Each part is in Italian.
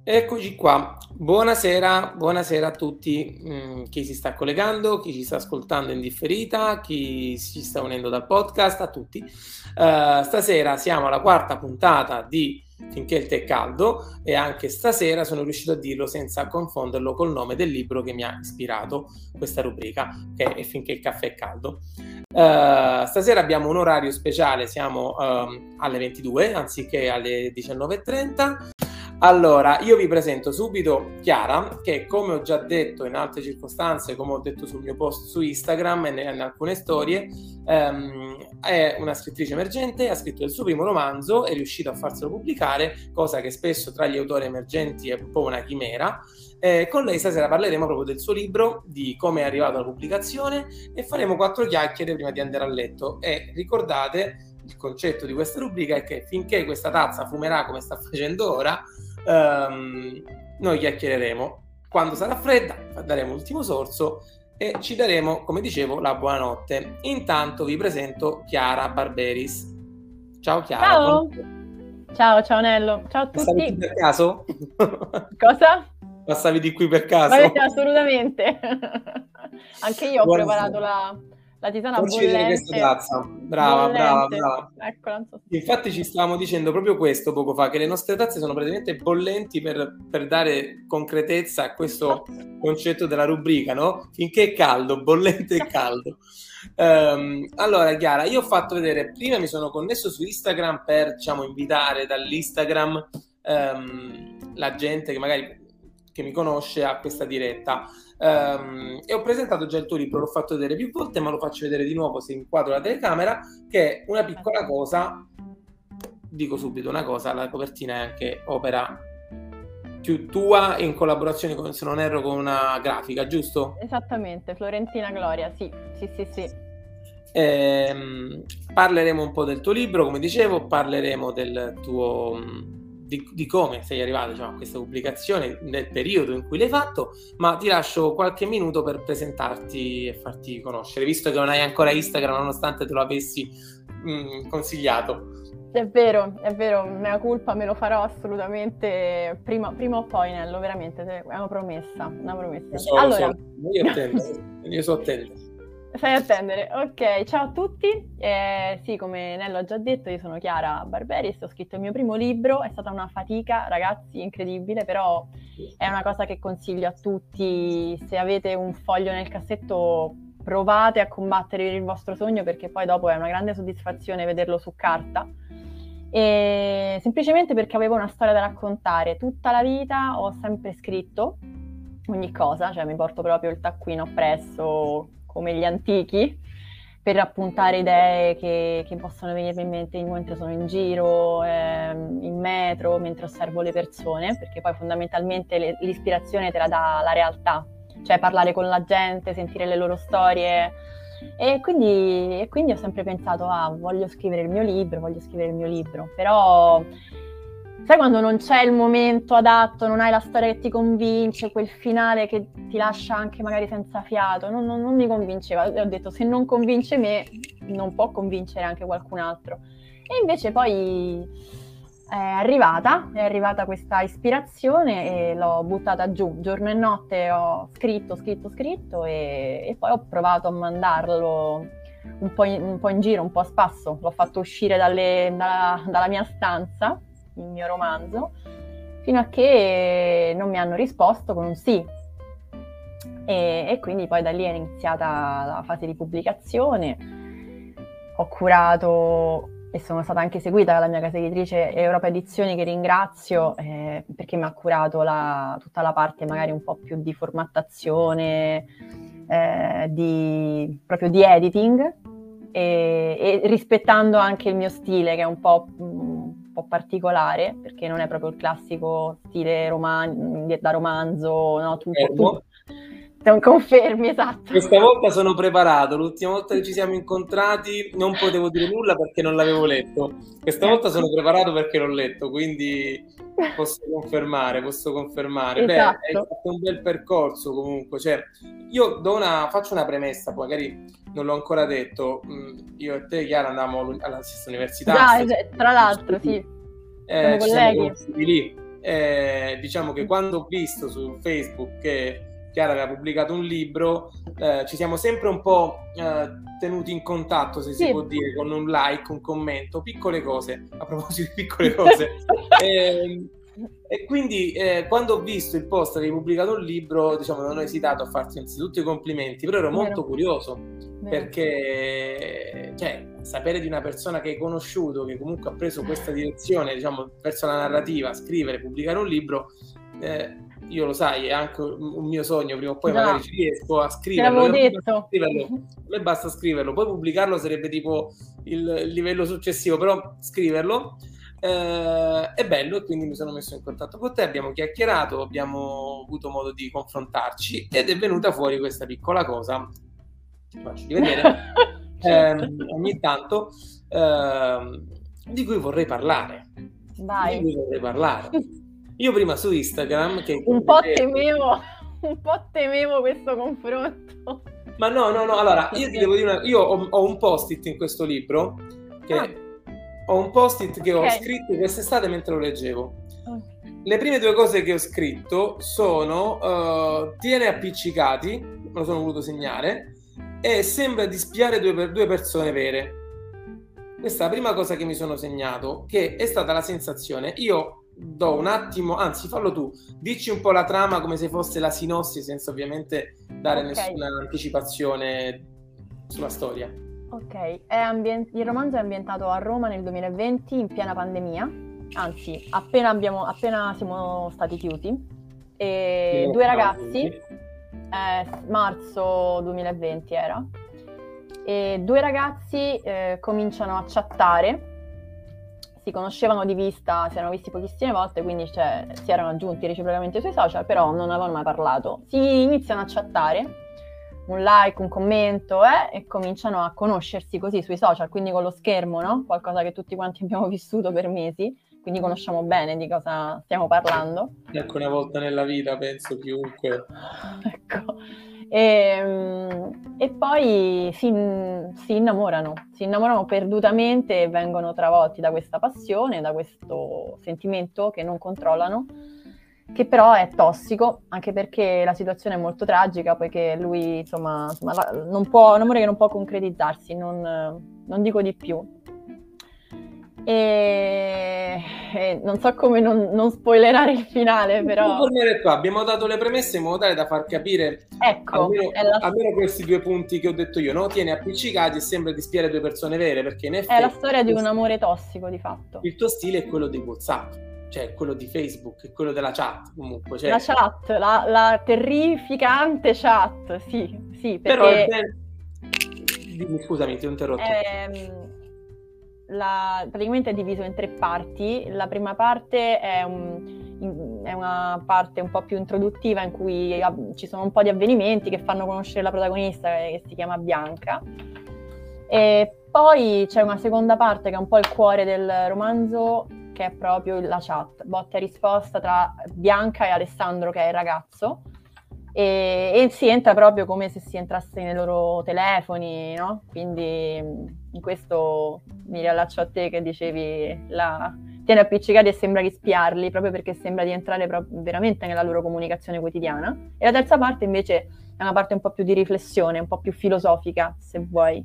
Eccoci qua, buonasera a tutti, chi si sta collegando, chi ci sta ascoltando in differita, chi si sta unendo dal podcast, a tutti. Stasera siamo alla quarta puntata di Finché il tè è caldo e anche stasera sono riuscito a dirlo senza confonderlo col nome del libro che mi ha ispirato questa rubrica, che è Finché il caffè è caldo. Stasera abbiamo un orario speciale, siamo alle 22 anziché alle 19:30. Allora, io vi presento subito Chiara, che come ho già detto in altre circostanze, come ho detto sul mio post su Instagram e in alcune storie, è una scrittrice emergente, ha scritto il suo primo romanzo, è riuscita a farselo pubblicare, cosa che spesso tra gli autori emergenti è un po' una chimera. Con lei stasera parleremo proprio del suo libro, di come è arrivato alla pubblicazione e faremo 4 chiacchiere prima di andare a letto. E ricordate, il concetto di questa rubrica è che finché questa tazza fumerà come sta facendo ora, noi chiacchiereremo. Quando sarà fredda daremo l'ultimo sorso e ci daremo, come dicevo, la buonanotte. Intanto vi presento Chiara Barberis. Ciao Chiara. Ciao. Ciao Nello, ciao a tutti. Passavi qui per caso? Cosa? Passavi di qui per caso? Assolutamente. Anche io ho preparato la tisana bollente. Questa tazza. Brava. Eccola, non so. Infatti ci stavamo dicendo proprio questo poco fa, che le nostre tazze sono praticamente bollenti per dare concretezza a questo concetto della rubrica, no? Finché è caldo, bollente e caldo. Allora Chiara, io ho fatto vedere, prima mi sono connesso su Instagram per, diciamo, invitare dall'Instagram la gente che magari che mi conosce a questa diretta. E ho presentato già il tuo libro, l'ho fatto vedere più volte, ma lo faccio vedere di nuovo se inquadro la telecamera, che è una piccola cosa, dico subito una cosa, la copertina è anche opera più tua in collaborazione con, se non erro, con una grafica, giusto? Esattamente, Florentina Gloria, sì. Parleremo un po' del tuo libro, come dicevo, parleremo del tuo di come sei arrivato, diciamo, a questa pubblicazione, nel periodo in cui l'hai fatto, ma ti lascio qualche minuto per presentarti e farti conoscere, visto che non hai ancora Instagram nonostante te lo avessi consigliato. È vero, mea culpa, me lo farò assolutamente prima o poi, Nello, veramente, è una promessa. Allora, io so attendere. Fai attendere, ok, ciao a tutti, sì, come Nello ha già detto, io sono Chiara Barberis, ho scritto il mio primo libro, è stata una fatica, ragazzi, incredibile, però è una cosa che consiglio a tutti. Se avete un foglio nel cassetto, provate a combattere il vostro sogno, perché poi dopo è una grande soddisfazione vederlo su carta, e semplicemente perché avevo una storia da raccontare. Tutta la vita ho sempre scritto ogni cosa, cioè mi porto proprio il taccuino appresso come gli antichi, per appuntare idee che possono venirmi in mente mentre sono in giro, in metro, mentre osservo le persone, perché poi fondamentalmente l'ispirazione te la dà la realtà, cioè parlare con la gente, sentire le loro storie, e quindi ho sempre pensato, voglio scrivere il mio libro, però sai quando non c'è il momento adatto, non hai la storia che ti convince, quel finale che ti lascia anche magari senza fiato, non mi convinceva. E ho detto, se non convince me, non può convincere anche qualcun altro. E invece poi è arrivata questa ispirazione e l'ho buttata giù. Giorno e notte ho scritto e poi ho provato a mandarlo un po' in giro, un po' a spasso. L'ho fatto uscire dalla mia stanza, il mio romanzo, fino a che non mi hanno risposto con un sì, e quindi poi da lì è iniziata la fase di pubblicazione. Ho curato e sono stata anche seguita dalla mia casa editrice Europa Edizioni, che ringrazio, perché mi ha curato tutta la parte magari un po' più di formattazione, proprio di editing, e rispettando anche il mio stile, che è un po' particolare, perché non è proprio il classico stile da romanzo, no? Tu confermi, esatto. Questa volta sono preparato, l'ultima volta che ci siamo incontrati non potevo dire nulla perché non l'avevo letto, questa volta sono preparato perché l'ho letto, quindi posso confermare. Esatto. Beh, hai fatto un bel percorso comunque, cioè, io faccio una premessa, poi magari non l'ho ancora detto, io e te Chiara andavamo alla stessa università. Tra l'altro, sì, siamo colleghi. Lì. diciamo che quando ho visto su Facebook che Chiara aveva pubblicato un libro, ci siamo sempre un po' tenuti in contatto, se si può dire, con un like, un commento, piccole cose, a proposito di piccole cose. E quindi quando ho visto il post che hai pubblicato un libro, diciamo, non ho esitato a farti innanzitutto i complimenti, però ero molto curioso, perché sapere di una persona che hai conosciuto, che comunque ha preso questa direzione, diciamo, verso la narrativa, scrivere, pubblicare un libro, io lo sai, è anche un mio sogno, prima o poi magari ci riesco a scriverlo. A me basta scriverlo, poi pubblicarlo sarebbe tipo il livello successivo, però scriverlo è bello, e quindi mi sono messo in contatto con te, abbiamo chiacchierato, abbiamo avuto modo di confrontarci ed è venuta fuori questa piccola cosa, ti faccio rivedere ogni tanto, di cui vorrei parlare. Vai. Di cui vorrei parlare. Io prima su Instagram un po' temevo questo confronto. Ma no, allora io ti devo dire io ho un post-it in questo libro che ho un post-it che ho scritto quest'estate mentre lo leggevo. Le prime due cose che ho scritto sono tiene appiccicati, me lo sono voluto segnare, e sembra di spiare due persone vere. Questa è la prima cosa che mi sono segnato, che è stata la sensazione. Io do un attimo, anzi fallo tu, dici un po' la trama come se fosse la sinossi, senza ovviamente dare nessuna anticipazione sulla storia. Ok, il romanzo è ambientato a Roma nel 2020 in piena pandemia, anzi appena siamo stati chiusi, e due ragazzi, marzo 2020 era, e due ragazzi cominciano a chattare, si conoscevano di vista, si erano visti pochissime volte, quindi si erano aggiunti reciprocamente sui social, però non avevano mai parlato. Si iniziano a chattare, un like, un commento, e cominciano a conoscersi così sui social, quindi con lo schermo, no? Qualcosa che tutti quanti abbiamo vissuto per mesi, quindi conosciamo bene di cosa stiamo parlando. Ecco, una volta nella vita, penso chiunque. Ecco. E poi si innamorano perdutamente e vengono travolti da questa passione, da questo sentimento che non controllano, che però è tossico, anche perché la situazione è molto tragica, poiché lui, insomma un amore che non può concretizzarsi, non dico di più. E non so come non spoilerare il finale, però qua. Abbiamo dato le premesse in modo tale da far capire, ecco, almeno questi due punti che ho detto io, no? Tiene appiccicati e sembra di spiare due persone vere, perché in effetti è la storia di un amore tossico, di fatto. Il tuo stile è quello di WhatsApp, cioè quello di Facebook, è quello della chat, comunque. La chat, la terrificante chat, sì, perché... Però è scusami, ti ho interrotto. Praticamente è diviso in 3 parti. La prima parte è una parte un po' più introduttiva, in cui ci sono un po' di avvenimenti che fanno conoscere la protagonista, che si chiama Bianca, e poi c'è una seconda parte che è un po' il cuore del romanzo, che è proprio la chat, botta e risposta tra Bianca e Alessandro, che è il ragazzo, e si entra proprio come se si entrasse nei loro telefoni, no? Quindi in questo mi riallaccio a te che dicevi tiene appiccicati e sembra di spiarli, proprio perché sembra di entrare veramente nella loro comunicazione quotidiana. E la terza parte invece è una parte un po' più di riflessione, un po' più filosofica, se vuoi.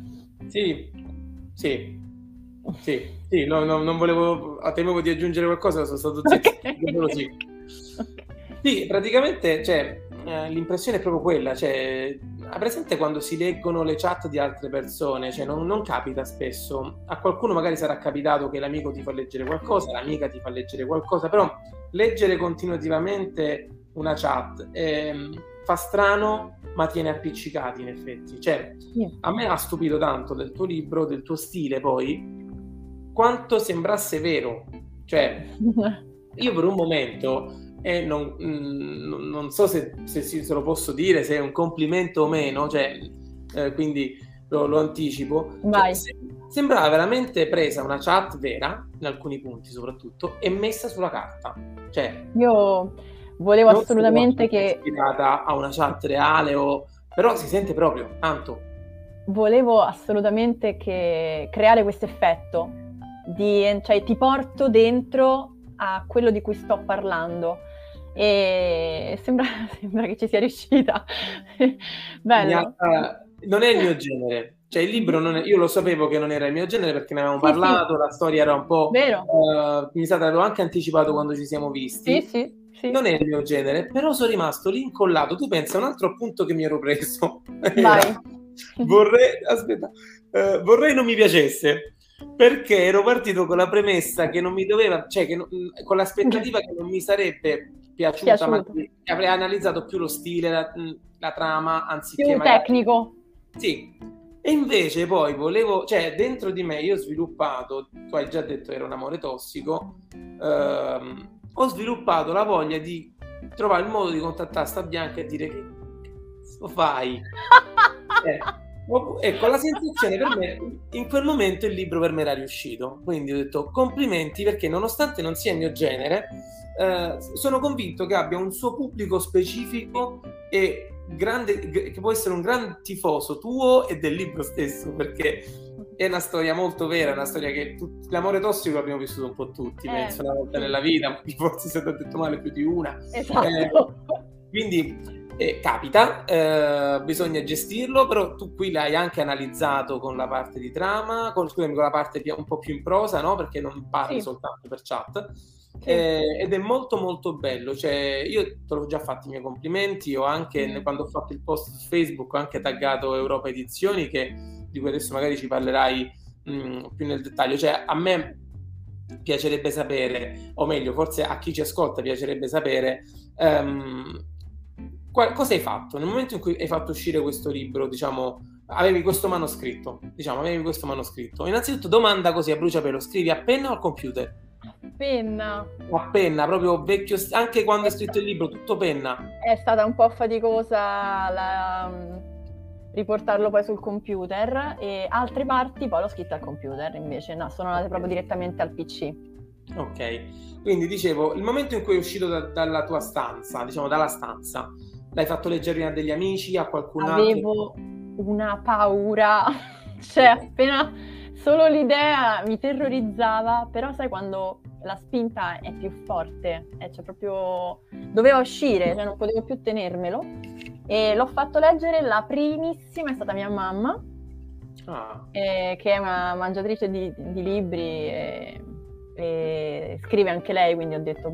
Sì, non volevo, temevo di aggiungere qualcosa, sono stato zitto. Okay. Sì, praticamente, l'impressione è proprio quella, hai presente quando si leggono le chat di altre persone? Non capita spesso, a qualcuno magari sarà capitato che l'amico ti fa leggere qualcosa, l'amica ti fa leggere qualcosa, però leggere continuativamente una chat fa strano, ma tiene appiccicati in effetti. A me ha stupito tanto del tuo libro, del tuo stile poi, quanto sembrasse vero. Io per un momento... non so se lo posso dire, se è un complimento o meno, quindi lo anticipo. Sembrava veramente presa una chat vera, in alcuni punti soprattutto, e messa sulla carta. Io volevo assolutamente che... ispirata a una chat reale, però si sente proprio tanto. Volevo assolutamente creare questo effetto ti porto dentro a quello di cui sto parlando. E sembra che ci sia riuscita. Bello. Non è il mio genere, cioè il libro io lo sapevo che non era il mio genere perché ne avevamo Sì, parlato, la storia era un po', vero. mi sa che l'avevo anche anticipato quando ci siamo visti. Sì. Non è il mio genere, però sono rimasto lì incollato. Tu pensa, un altro appunto che mi ero preso Vai. vorrei non mi piacesse, perché ero partito con la premessa che non mi doveva, cioè con l'aspettativa che non mi sarebbe piaciuta, ma che avrei analizzato più lo stile, la trama, anziché più magari... tecnico. Sì, e invece poi volevo, cioè dentro di me io ho sviluppato, tu hai già detto era un amore tossico, ho sviluppato la voglia di trovare il modo di contattare sta Bianca e dire che lo fai. Ecco, la sensazione per me, in quel momento il libro per me era riuscito, quindi ho detto complimenti perché nonostante non sia il mio genere, sono convinto che abbia un suo pubblico specifico e grande, che può essere un gran tifoso tuo e del libro stesso, perché è una storia molto vera, è una storia che l'amore tossico l'abbiamo vissuto un po' tutti, penso una volta nella vita, forse se ti ho detto male più di una. Esatto. Quindi capita, bisogna gestirlo, però tu qui l'hai anche analizzato con la parte di trama, con la parte un po' più in prosa, no? Perché non parli soltanto per chat. Ed è molto molto bello, cioè io te l'ho già fatto i miei complimenti, ho anche quando ho fatto il post su Facebook ho anche taggato Europa Edizioni, di cui adesso magari ci parlerai più nel dettaglio. Cioè a me piacerebbe sapere, o meglio forse a chi ci ascolta piacerebbe sapere cosa hai fatto nel momento in cui hai fatto uscire questo libro, avevi questo manoscritto, innanzitutto domanda così a bruciapelo, scrivi a penna o al computer? Penna. A penna, proprio vecchio, anche quando hai scritto il libro, tutto penna. È stata un po' faticosa riportarlo poi sul computer, e altre parti poi l'ho scritta al computer, invece no, sono andate proprio direttamente al PC. Ok, quindi dicevo, il momento in cui è uscito dalla tua stanza, dalla stanza, l'hai fatto leggere a degli amici, a qualcun altro? Avevo una paura, cioè appena solo l'idea mi terrorizzava, però sai quando la spinta è più forte, cioè proprio doveva uscire, cioè non potevo più tenermelo, e l'ho fatto leggere. La primissima è stata mia mamma, che è una mangiatrice di libri e scrive anche lei, quindi ho detto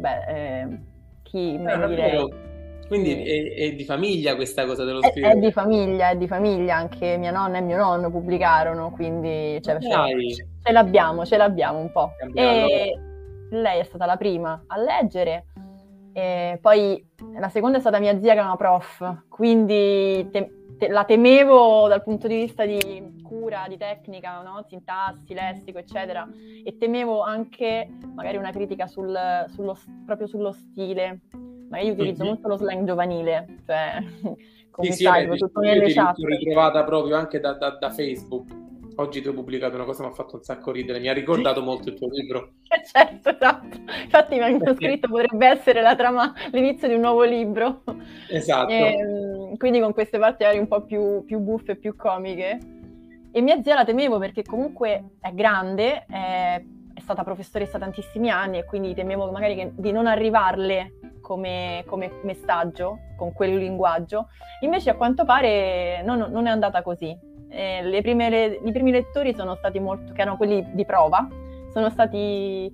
chi meglio di lei. Quindi è di famiglia questa cosa dello scrivere? È di famiglia, anche mia nonna e mio nonno pubblicarono, quindi ce l'abbiamo un po'. E lei è stata la prima a leggere, e poi la seconda è stata mia zia, che è una prof, quindi la temevo dal punto di vista di cura, di tecnica, no? Sintassi, lessico, eccetera, e temevo anche magari una critica proprio sullo stile. Ma io utilizzo molto lo slang giovanile, cioè come sai, tutto nelle chat. L'ho ritrovata proprio anche da Facebook. Oggi ti ho pubblicato una cosa che mi ha fatto un sacco ridere, mi ha ricordato molto il tuo libro. Certo, esatto. Infatti mi hanno scritto potrebbe essere la trama, l'inizio di un nuovo libro. Esatto. Quindi con queste parti un po' più buffe, più comiche. E mia zia la temevo perché comunque è grande, è stata professoressa tantissimi anni, e quindi temevo magari di non arrivarle come messaggio, con quel linguaggio. Invece a quanto pare non è andata così. I primi lettori sono stati che erano quelli di prova, sono stati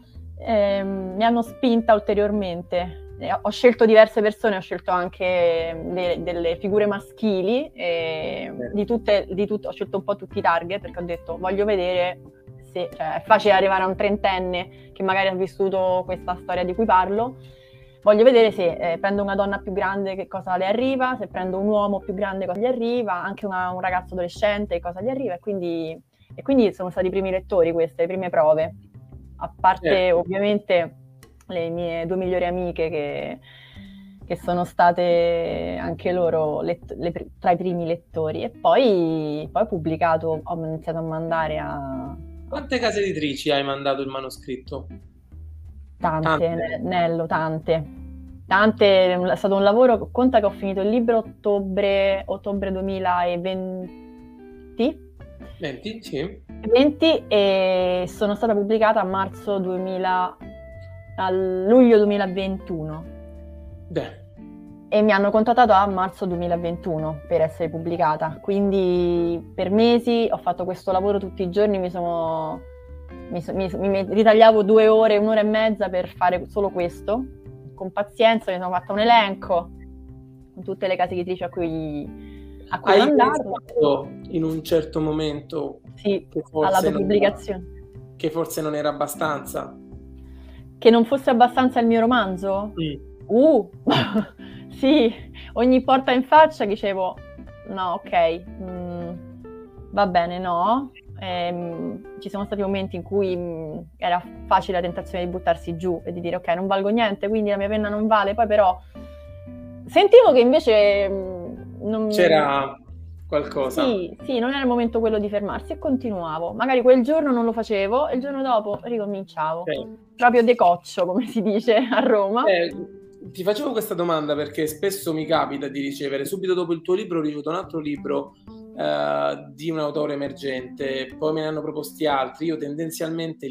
mi hanno spinta ulteriormente. Ho scelto diverse persone, ho scelto anche delle figure maschili, di tutte, ho scelto un po' tutti i target, perché ho detto voglio vedere se è facile arrivare a un trentenne che magari ha vissuto questa storia di cui parlo. Voglio vedere se prendo una donna più grande che cosa le arriva, se prendo un uomo più grande cosa gli arriva, anche un ragazzo adolescente cosa gli arriva, e quindi sono stati i primi lettori queste, le prime prove. A parte ovviamente le mie 2 migliori amiche che sono state anche loro tra i primi lettori, e poi ho pubblicato, ho iniziato a mandare a... Quante case editrici hai mandato il manoscritto? Tante, Nello, tante. È stato un lavoro. Conta che ho finito il libro ottobre 2020. 20, sì. 20, e sono stata pubblicata a marzo 2021. a luglio 2021. Beh. E mi hanno contattato a marzo 2021 per essere pubblicata, quindi per mesi ho fatto questo lavoro tutti i giorni, mi ritagliavo 2 ore, 1 ora e mezza per fare solo questo, con pazienza mi sono fatta un elenco con tutte le case editrici a cui Hai mandarlo. pensato in un certo momento Sì, che forse all'autopubblicazione. Che forse non era abbastanza? Che non fosse abbastanza il mio romanzo? Sì, ogni porta in faccia dicevo no, ok, va bene, no. Ci sono stati momenti in cui era facile la tentazione di buttarsi giù e di dire ok, non valgo niente, quindi la mia penna non vale. Poi però sentivo che invece non... c'era qualcosa. Sì, non era il momento quello di fermarsi e continuavo. Magari quel giorno non lo facevo e il giorno dopo ricominciavo. Proprio decoccio, come si dice a Roma. Ti facevo questa domanda perché spesso mi capita di ricevere, subito dopo il tuo libro ho ricevuto un altro libro di un autore emergente, poi me ne hanno proposti altri, io tendenzialmente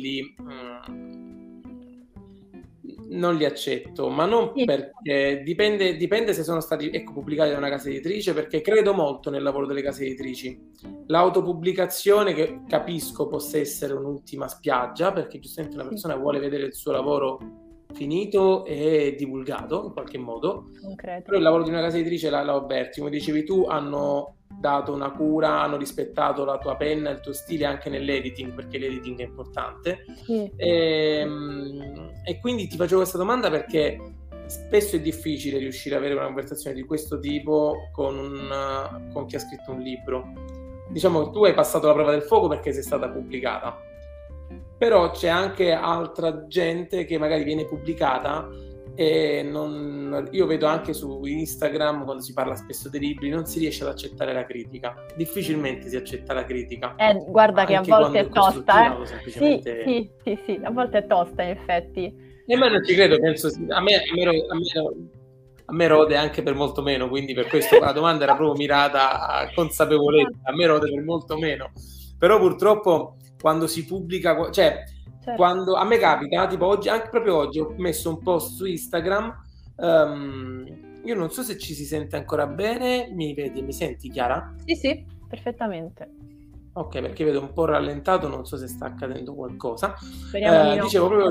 non li accetto, ma non perché dipende se sono stati pubblicati da una casa editrice, perché credo molto nel lavoro delle case editrici. L'autopubblicazione, che capisco possa essere un'ultima spiaggia, perché giustamente una persona vuole vedere il suo lavoro finito e divulgato in qualche modo, però il lavoro di una casa editrice l'ha avverti, come dicevi tu, hanno dato una cura, hanno rispettato la tua penna, il tuo stile anche nell'editing, perché l'editing è importante. E quindi ti facevo questa domanda perché spesso è difficile riuscire ad avere una conversazione di questo tipo con chi ha scritto un libro. Diciamo che tu hai passato la prova del fuoco perché sei stata pubblicata, però c'è anche altra gente che magari viene pubblicata e io vedo anche su Instagram, quando si parla spesso dei libri, non si riesce ad accettare la critica, difficilmente si accetta la critica. Guarda che a volte è tosta, semplicemente... sì, a volte è tosta in effetti. Ma non ci credo, penso a me rode anche per molto meno, quindi per questo la domanda era proprio mirata a consapevolezza, a me rode per molto meno, però purtroppo quando si pubblica, cioè certo. Quando a me capita, tipo oggi, anche proprio oggi ho messo un post su Instagram, io non so se ci si sente ancora bene, mi vedi, mi senti Chiara? Sì, perfettamente. Ok, perché vedo un po' rallentato, non so se sta accadendo qualcosa. Speriamo di no. Dicevo proprio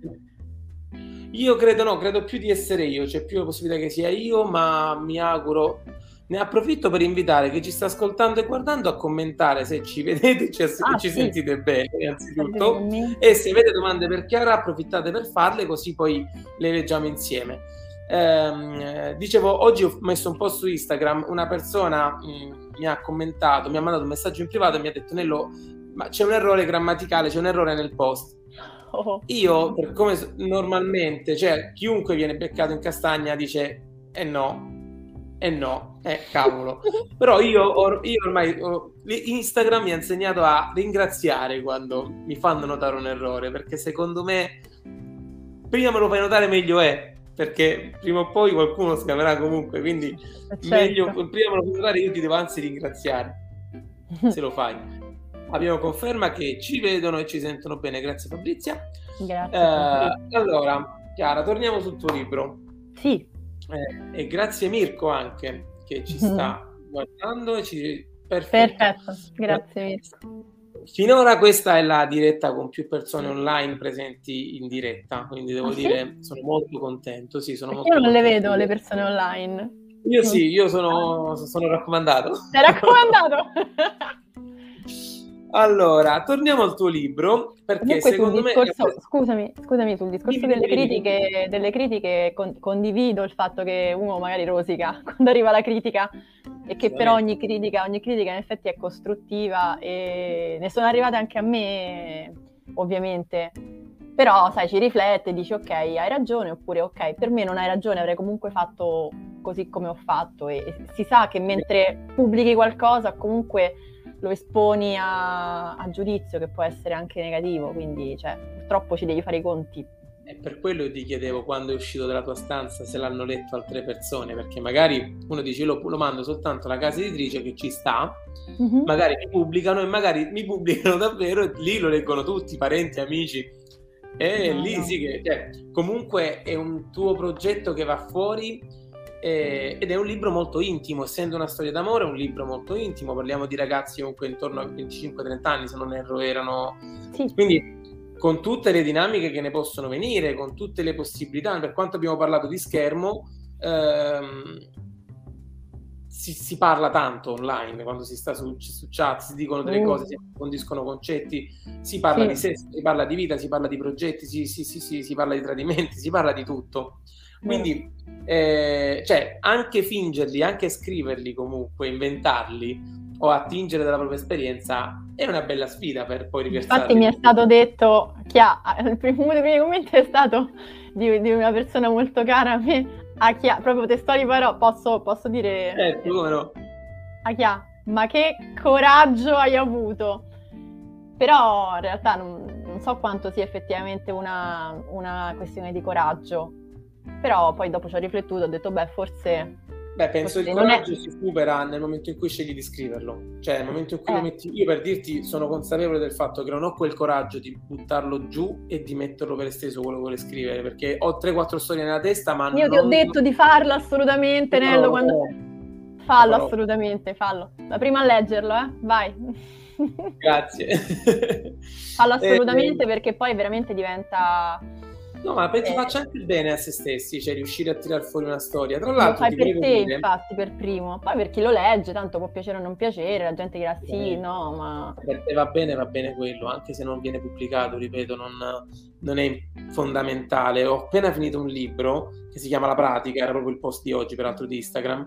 io credo più di essere io, c'è più la possibilità che sia io, ma mi auguro. Ne approfitto per invitare chi ci sta ascoltando e guardando a commentare se ci vedete e ci sentite bene, innanzitutto, e se avete domande per Chiara approfittate per farle, così poi le leggiamo insieme. Dicevo, oggi ho messo un post su Instagram, una persona mi ha commentato, mi ha mandato un messaggio in privato e mi ha detto: Nello, ma c'è un errore grammaticale, c'è un errore nel post. Io, per come normalmente, cioè chiunque viene beccato in castagna dice no, cavolo. Però io ormai Instagram mi ha insegnato a ringraziare quando mi fanno notare un errore, perché secondo me prima me lo fai notare meglio è, perché prima o poi qualcuno scaverà comunque, quindi meglio, prima me lo fai notare, io ti devo anzi ringraziare se lo fai. Abbiamo conferma che ci vedono e ci sentono bene, grazie Fabrizia. Grazie. Allora Chiara, torniamo sul tuo libro. Sì. E grazie Mirko anche che ci sta guardando e perfetto, grazie Mirko. Finora questa è la diretta con più persone online presenti in diretta, quindi devo dire sono molto contento. Sì, sono molto io non contento. Le vedo le persone online. Io sono raccomandato. Sei raccomandato? Allora, torniamo al tuo libro, perché secondo me... Scusami, sul discorso delle critiche condivido il fatto che uno magari rosica quando arriva la critica e che però ogni critica in effetti è costruttiva, e ne sono arrivate anche a me, ovviamente. Però, sai, ci riflette e dici ok, hai ragione, oppure ok, per me non hai ragione, avrei comunque fatto così come ho fatto, e si sa che mentre pubblichi qualcosa comunque lo esponi a giudizio che può essere anche negativo, quindi purtroppo ci devi fare i conti. E per quello ti chiedevo quando è uscito dalla tua stanza se l'hanno letto altre persone, perché magari uno dice lo mando soltanto alla casa editrice che ci sta, magari mi pubblicano e magari mi pubblicano davvero e lì lo leggono tutti, parenti, amici, E No, lì no. sì che, cioè, comunque è un tuo progetto che va fuori ed è un libro molto intimo, essendo una storia d'amore, è un libro molto intimo, parliamo di ragazzi comunque intorno a 25-30 anni, se non erro erano, Sì. quindi con tutte le dinamiche che ne possono venire, con tutte le possibilità, per quanto abbiamo parlato di schermo, si parla tanto online, quando si sta su chat, si dicono delle cose, si approfondiscono concetti, si parla di sé, si parla di vita, si parla di progetti, si parla di tradimenti, si parla di tutto. Quindi, cioè, anche fingerli, anche scriverli comunque, inventarli o attingere dalla propria esperienza è una bella sfida per poi riversarli. Infatti mi è stato detto, uno dei primi commenti è stato di una persona molto cara a me, proprio testuali parole, posso dire, Come no? ma che coraggio hai avuto? Però in realtà non so quanto sia effettivamente una questione di coraggio, però poi dopo ci ho riflettuto, ho detto forse... penso il coraggio si supera nel momento in cui scegli di scriverlo, cioè nel momento in cui lo metti. Io, per dirti, sono consapevole del fatto che non ho quel coraggio di buttarlo giù e di metterlo per esteso quello che vuole scrivere, perché ho 3-4 storie nella testa, ma io ti ho detto di farlo assolutamente, Nello, fallo assolutamente, fallo. Ma prima a leggerlo, vai. Grazie. Fallo assolutamente, perché poi veramente diventa... No, ma penso faccia anche bene a se stessi, cioè riuscire a tirar fuori una storia. Tra l'altro, lo fai per te, infatti, per primo. Poi per chi lo legge, tanto può piacere o non piacere, la gente dirà sì, no, ma... Per te va bene quello, anche se non viene pubblicato, ripeto, non è fondamentale. Ho appena finito un libro che si chiama La pratica, era proprio il post di oggi, peraltro, di Instagram,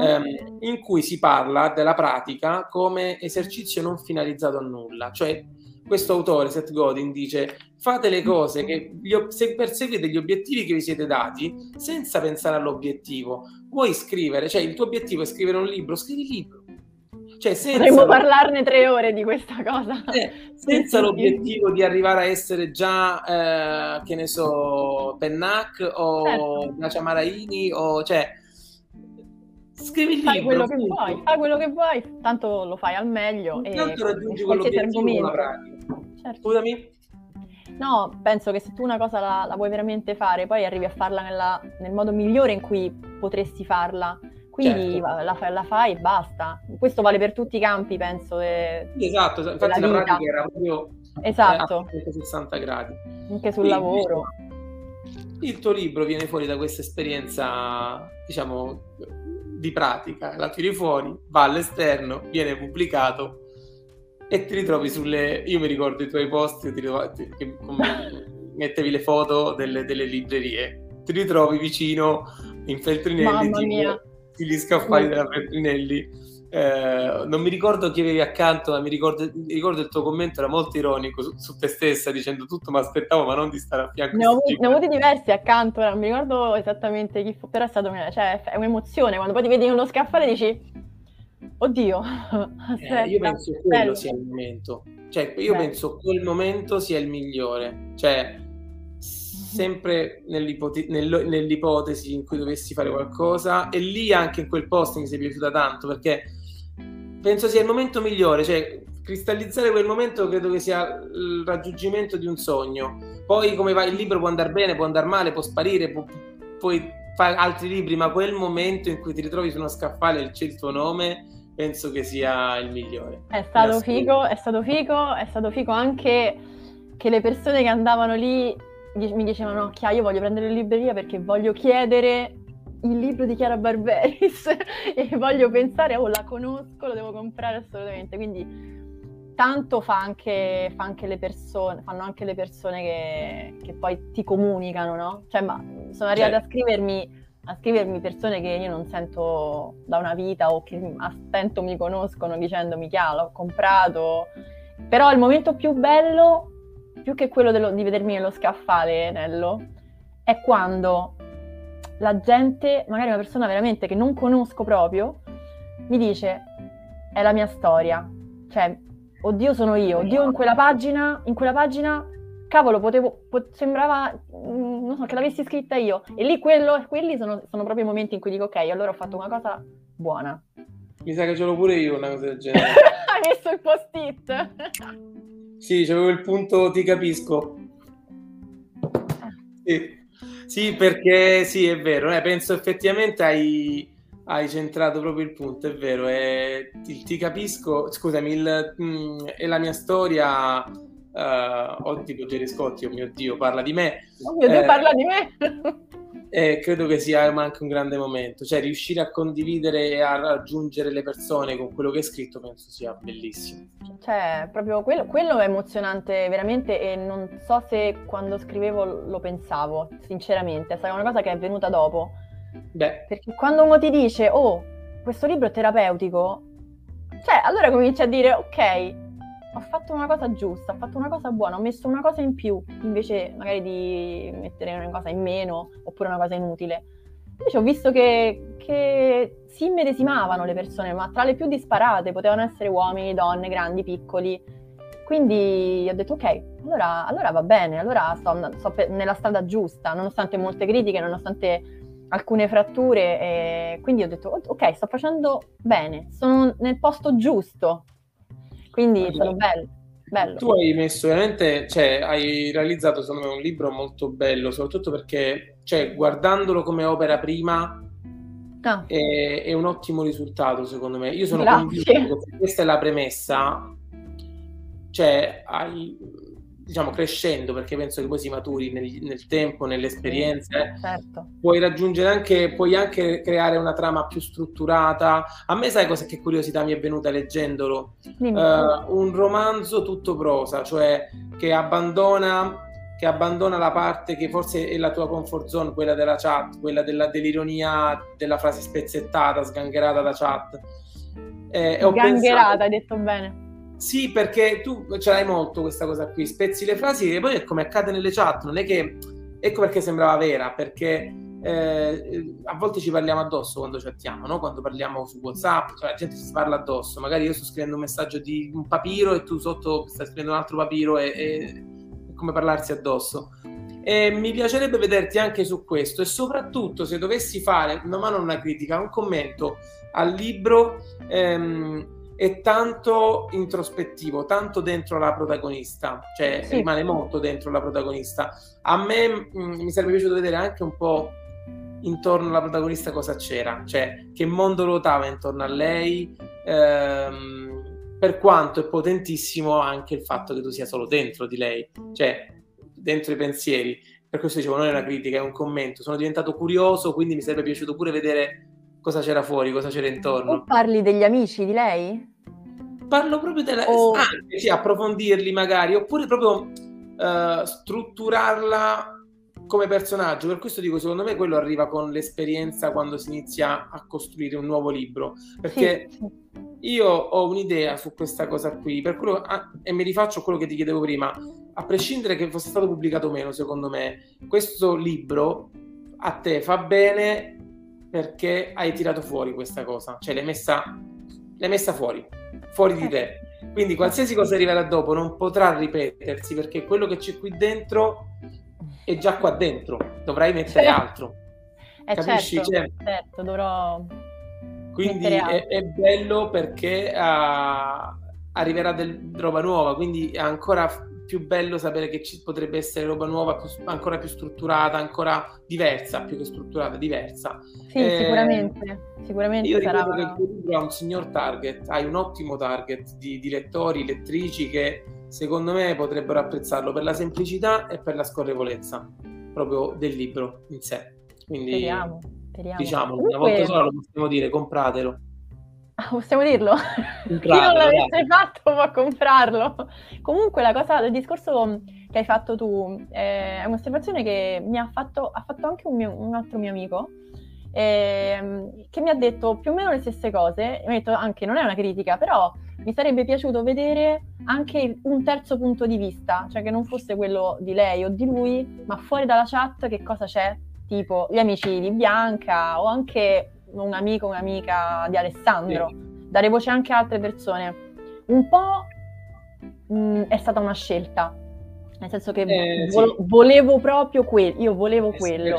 in cui si parla della pratica come esercizio non finalizzato a nulla. Cioè, questo autore, Seth Godin, dice: fate le cose se perseguite gli obiettivi che vi siete dati senza pensare all'obiettivo. Vuoi scrivere, cioè il tuo obiettivo è scrivere un libro, scrivi il libro. Cioè, potremmo parlarne 3 ore di questa cosa. Senza l'obiettivo di arrivare a essere già, che ne so, Pennac o Nacia Maraini, o cioè scrivi il libro. Fai quello che vuoi, tanto lo fai al meglio. Tanto raggiungi quell'obiettivo con la pratica. Certo. Scusami? No, penso che se tu una cosa la vuoi veramente fare, poi arrivi a farla nel modo migliore in cui potresti farla. Quindi la fai e basta. Questo vale per tutti i campi, penso. Esatto, infatti la pratica era proprio a 360 gradi. Anche sul lavoro. Il tuo libro viene fuori da questa esperienza, diciamo, di pratica, la tiri fuori, va all'esterno, viene pubblicato e ti ritrovi io mi ricordo i tuoi post che mettevi le foto delle librerie, ti ritrovi vicino in Feltrinelli. Mamma mia. Gli scaffali della Feltrinelli. Non mi ricordo chi avevi accanto, ma mi ricordo il tuo commento era molto ironico su te stessa, dicendo tutto mi aspettavo, ma non di stare a fianco. Ne ho avuti diversi accanto, non mi ricordo esattamente chi fu, però è stato, cioè, è un'emozione quando poi ti vedi nello scaffale e dici oddio, aspetta, io penso quello sia il momento, cioè io penso quel momento sia il migliore, cioè sempre nell'ipotesi in cui dovessi fare qualcosa, e lì anche in quel post mi sei piaciuta tanto, perché penso sia il momento migliore, cioè cristallizzare quel momento credo che sia il raggiungimento di un sogno. Poi come va il libro può andare bene, può andare male, può sparire, puoi fare altri libri, ma quel momento in cui ti ritrovi su uno scaffale e c'è il tuo nome, penso che sia il migliore. È stato figo anche che le persone che andavano lì mi dicevano: io voglio prendere in libreria perché voglio chiedere il libro di Chiara Barberis e voglio pensare, la conosco, lo devo comprare assolutamente. Quindi tanto fanno anche le persone che poi ti comunicano, no? Cioè, ma sono arrivate a scrivermi persone che io non sento da una vita, o che a stento mi conoscono dicendomi: l'ho comprato. Però il momento più bello, più che quello di vedermi nello scaffale, Nello, è quando la gente, magari una persona veramente che non conosco proprio, mi dice: è la mia storia, cioè, oddio sono io, oddio in quella pagina, cavolo, sembrava, non so, che l'avessi scritta io. E lì quelli sono proprio i momenti in cui dico: ok, allora ho fatto una cosa buona. Mi sa che ce l'ho pure io una cosa del genere. Hai messo il post-it? Sì, c'avevo il punto ti capisco. Sì. Sì, perché sì, è vero, penso effettivamente hai centrato proprio il punto, è vero, ti capisco, scusami, è la mia storia, tipo Gerry Scotti, oh mio Dio, parla di me. Oh mio Dio, parla di me! Credo che sia anche un grande momento, cioè riuscire a condividere e a raggiungere le persone con quello che hai scritto penso sia bellissimo. Cioè, proprio quello è emozionante veramente, e non so se quando scrivevo lo pensavo, sinceramente, è stata una cosa che è venuta dopo. Beh. Perché quando uno ti dice, oh, questo libro è terapeutico, cioè, allora cominci a dire, ok, ho fatto una cosa giusta, ho fatto una cosa buona, ho messo una cosa in più, invece magari di mettere una cosa in meno, oppure una cosa inutile. Invece ho visto che si immedesimavano le persone, ma tra le più disparate, potevano essere uomini, donne, grandi, piccoli. Quindi ho detto, ok, allora va bene, allora sto nella strada giusta, nonostante molte critiche, nonostante alcune fratture, e quindi ho detto, ok, sto facendo bene, sono nel posto giusto. Quindi è stato bello. Tu hai messo veramente, cioè hai realizzato secondo me un libro molto bello, soprattutto perché, cioè, guardandolo come opera prima è un ottimo risultato secondo me. Io sono convinto che se questa è la premessa, cioè diciamo crescendo, perché penso che poi si maturi nel tempo, nelle esperienze, certo. puoi anche creare una trama più strutturata. A me sai che curiosità mi è venuta leggendolo? Un romanzo tutto prosa, cioè che abbandona la parte che forse è la tua comfort zone, quella della chat, quella dell'ironia, della frase spezzettata, sgangherata da chat. Sgangherata, hai detto bene. Sì, perché tu ce l'hai molto questa cosa qui, spezzi le frasi e poi è come accade nelle chat, non è che... Ecco perché sembrava vera, perché a volte ci parliamo addosso quando chattiamo, no? Quando parliamo su WhatsApp, cioè la gente si parla addosso, magari io sto scrivendo un messaggio di un papiro e tu sotto stai scrivendo un altro papiro e è come parlarsi addosso. E mi piacerebbe vederti anche su questo, e soprattutto se dovessi fare, ma non una critica, un commento al libro, è tanto introspettivo, tanto dentro la protagonista, cioè sì, rimane molto dentro la protagonista. A me mi sarebbe piaciuto vedere anche un po' intorno alla protagonista cosa c'era, cioè che mondo ruotava intorno a lei, per quanto è potentissimo anche il fatto che tu sia solo dentro di lei, cioè dentro i pensieri. Per questo dicevo, non è una critica, è un commento. Sono diventato curioso, quindi mi sarebbe piaciuto pure vedere cosa c'era fuori, cosa c'era intorno. Tu parli degli amici di lei? Parlo proprio della... sì, approfondirli magari, oppure proprio strutturarla come personaggio. Per questo dico, secondo me quello arriva con l'esperienza quando si inizia a costruire un nuovo libro, perché io ho un'idea su questa cosa qui, per quello, e mi rifaccio a quello che ti chiedevo prima, a prescindere che fosse stato pubblicato o meno, secondo me questo libro a te fa bene perché hai tirato fuori questa cosa, cioè l'hai messa fuori di te, quindi qualsiasi cosa arriverà dopo non potrà ripetersi, perché quello che c'è qui dentro è già qua dentro, dovrai mettere altro, capisci? Certo, dovrò quindi è bello perché arriverà roba nuova, quindi è ancora più bello sapere che ci potrebbe essere roba nuova, ancora più strutturata, ancora diversa, più che strutturata, diversa. Sì, sicuramente io sarà... ricordo che il tuo libro ha un signor target, hai un ottimo target di lettori, lettrici che secondo me potrebbero apprezzarlo per la semplicità e per la scorrevolezza proprio del libro in sé. Quindi speriamo. Diciamo, una volta sola lo possiamo dire, compratelo. Possiamo dirlo? Chi non l'avesse fatto può comprarlo. Comunque il discorso che hai fatto tu è un'osservazione che ha fatto anche un altro mio amico, che mi ha detto più o meno le stesse cose. Mi ha detto anche, non è una critica, però mi sarebbe piaciuto vedere anche un terzo punto di vista, cioè che non fosse quello di lei o di lui, ma fuori dalla chat che cosa c'è, tipo gli amici di Bianca o anche un amico, un'amica di Alessandro, dare voce anche a altre persone. Un po' è stata una scelta, nel senso che volevo proprio io volevo quello.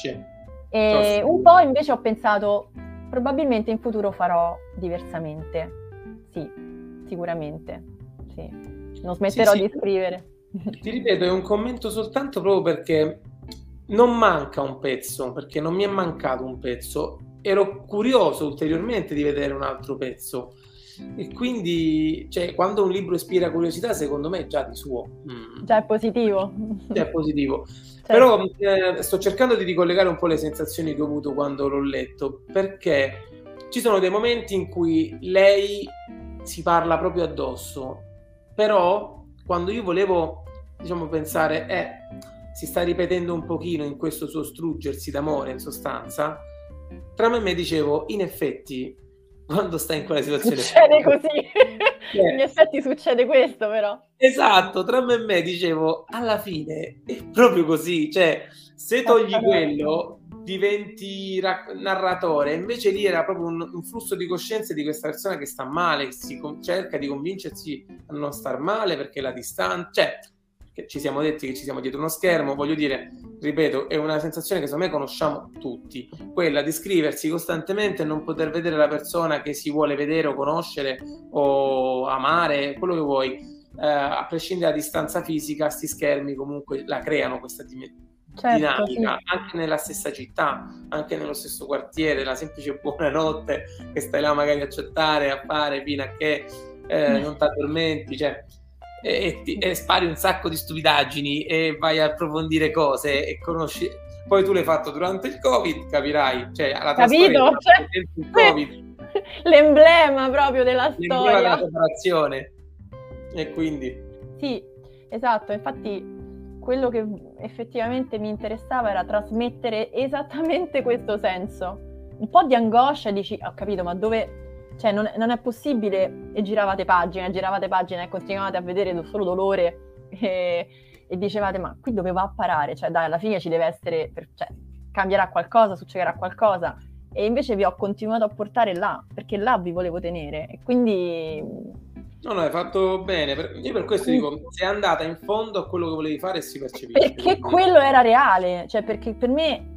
E un po' invece ho pensato, probabilmente in futuro farò diversamente. Sì, sicuramente. Sì. Non smetterò di scrivere. Ti ripeto, è un commento soltanto proprio perché non manca un pezzo, perché non mi è mancato un pezzo. Ero curioso ulteriormente di vedere un altro pezzo. E quindi, cioè, quando un libro ispira curiosità, secondo me è già di suo. Già è positivo. Già è positivo. Certo. Però sto cercando di ricollegare un po' le sensazioni che ho avuto quando l'ho letto, perché ci sono dei momenti in cui lei si parla proprio addosso, però quando io volevo, diciamo, pensare, si sta ripetendo un pochino in questo suo struggersi d'amore, in sostanza, tra me e me dicevo, in effetti, quando stai in quella situazione... Succede così, in effetti succede questo però. Esatto, tra me e me dicevo, alla fine è proprio così, cioè se togli quello diventi narratore, invece lì era proprio un flusso di coscienza di questa persona che sta male, che cerca di convincersi a non star male perché la distanza, cioè che ci siamo detti che ci siamo dietro uno schermo, voglio dire, ripeto, è una sensazione che secondo me conosciamo tutti, quella di scriversi costantemente e non poter vedere la persona che si vuole vedere o conoscere o amare, quello che vuoi. A prescindere dalla distanza fisica, sti schermi comunque la creano questa dinamica, sì. Anche nella stessa città, anche nello stesso quartiere, la semplice buonanotte che stai là magari a chattare, a fare fino a che non ti addormenti, cioè, e spari un sacco di stupidaggini e vai a approfondire cose e conosci. Poi tu l'hai fatto durante il Covid, capirai, cioè alla tua capito? Storia, il COVID, l'emblema proprio della storia, della preparazione. E quindi sì, esatto, infatti quello che effettivamente mi interessava era trasmettere esattamente questo senso, un po' di angoscia, dici, ho capito, ma dove, cioè non è possibile, e giravate pagine e continuavate a vedere solo dolore e dicevate, ma qui dove va a parare? Cioè dai, alla fine ci deve essere, cioè, cambierà qualcosa, succederà qualcosa, e invece vi ho continuato a portare là, perché là vi volevo tenere, e quindi... No, hai fatto bene. Io per questo dico, sei andata in fondo a quello che volevi fare e si percepisce. Perché quello era reale, cioè perché per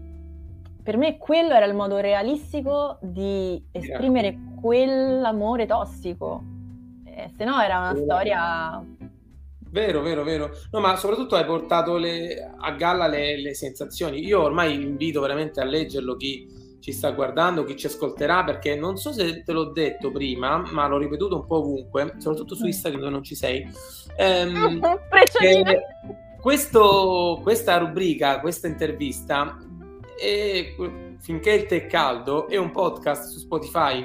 me quello era il modo realistico di esprimere quell'amore tossico. Se no era una storia... Vero. No, ma soprattutto hai portato a galla le sensazioni. Io ormai invito veramente a leggerlo chi ci sta guardando, chi ci ascolterà, perché non so se te l'ho detto prima, ma l'ho ripetuto un po' ovunque, soprattutto su Instagram dove non ci sei. Questa rubrica, questa intervista, finché il tè è caldo, è un podcast su Spotify.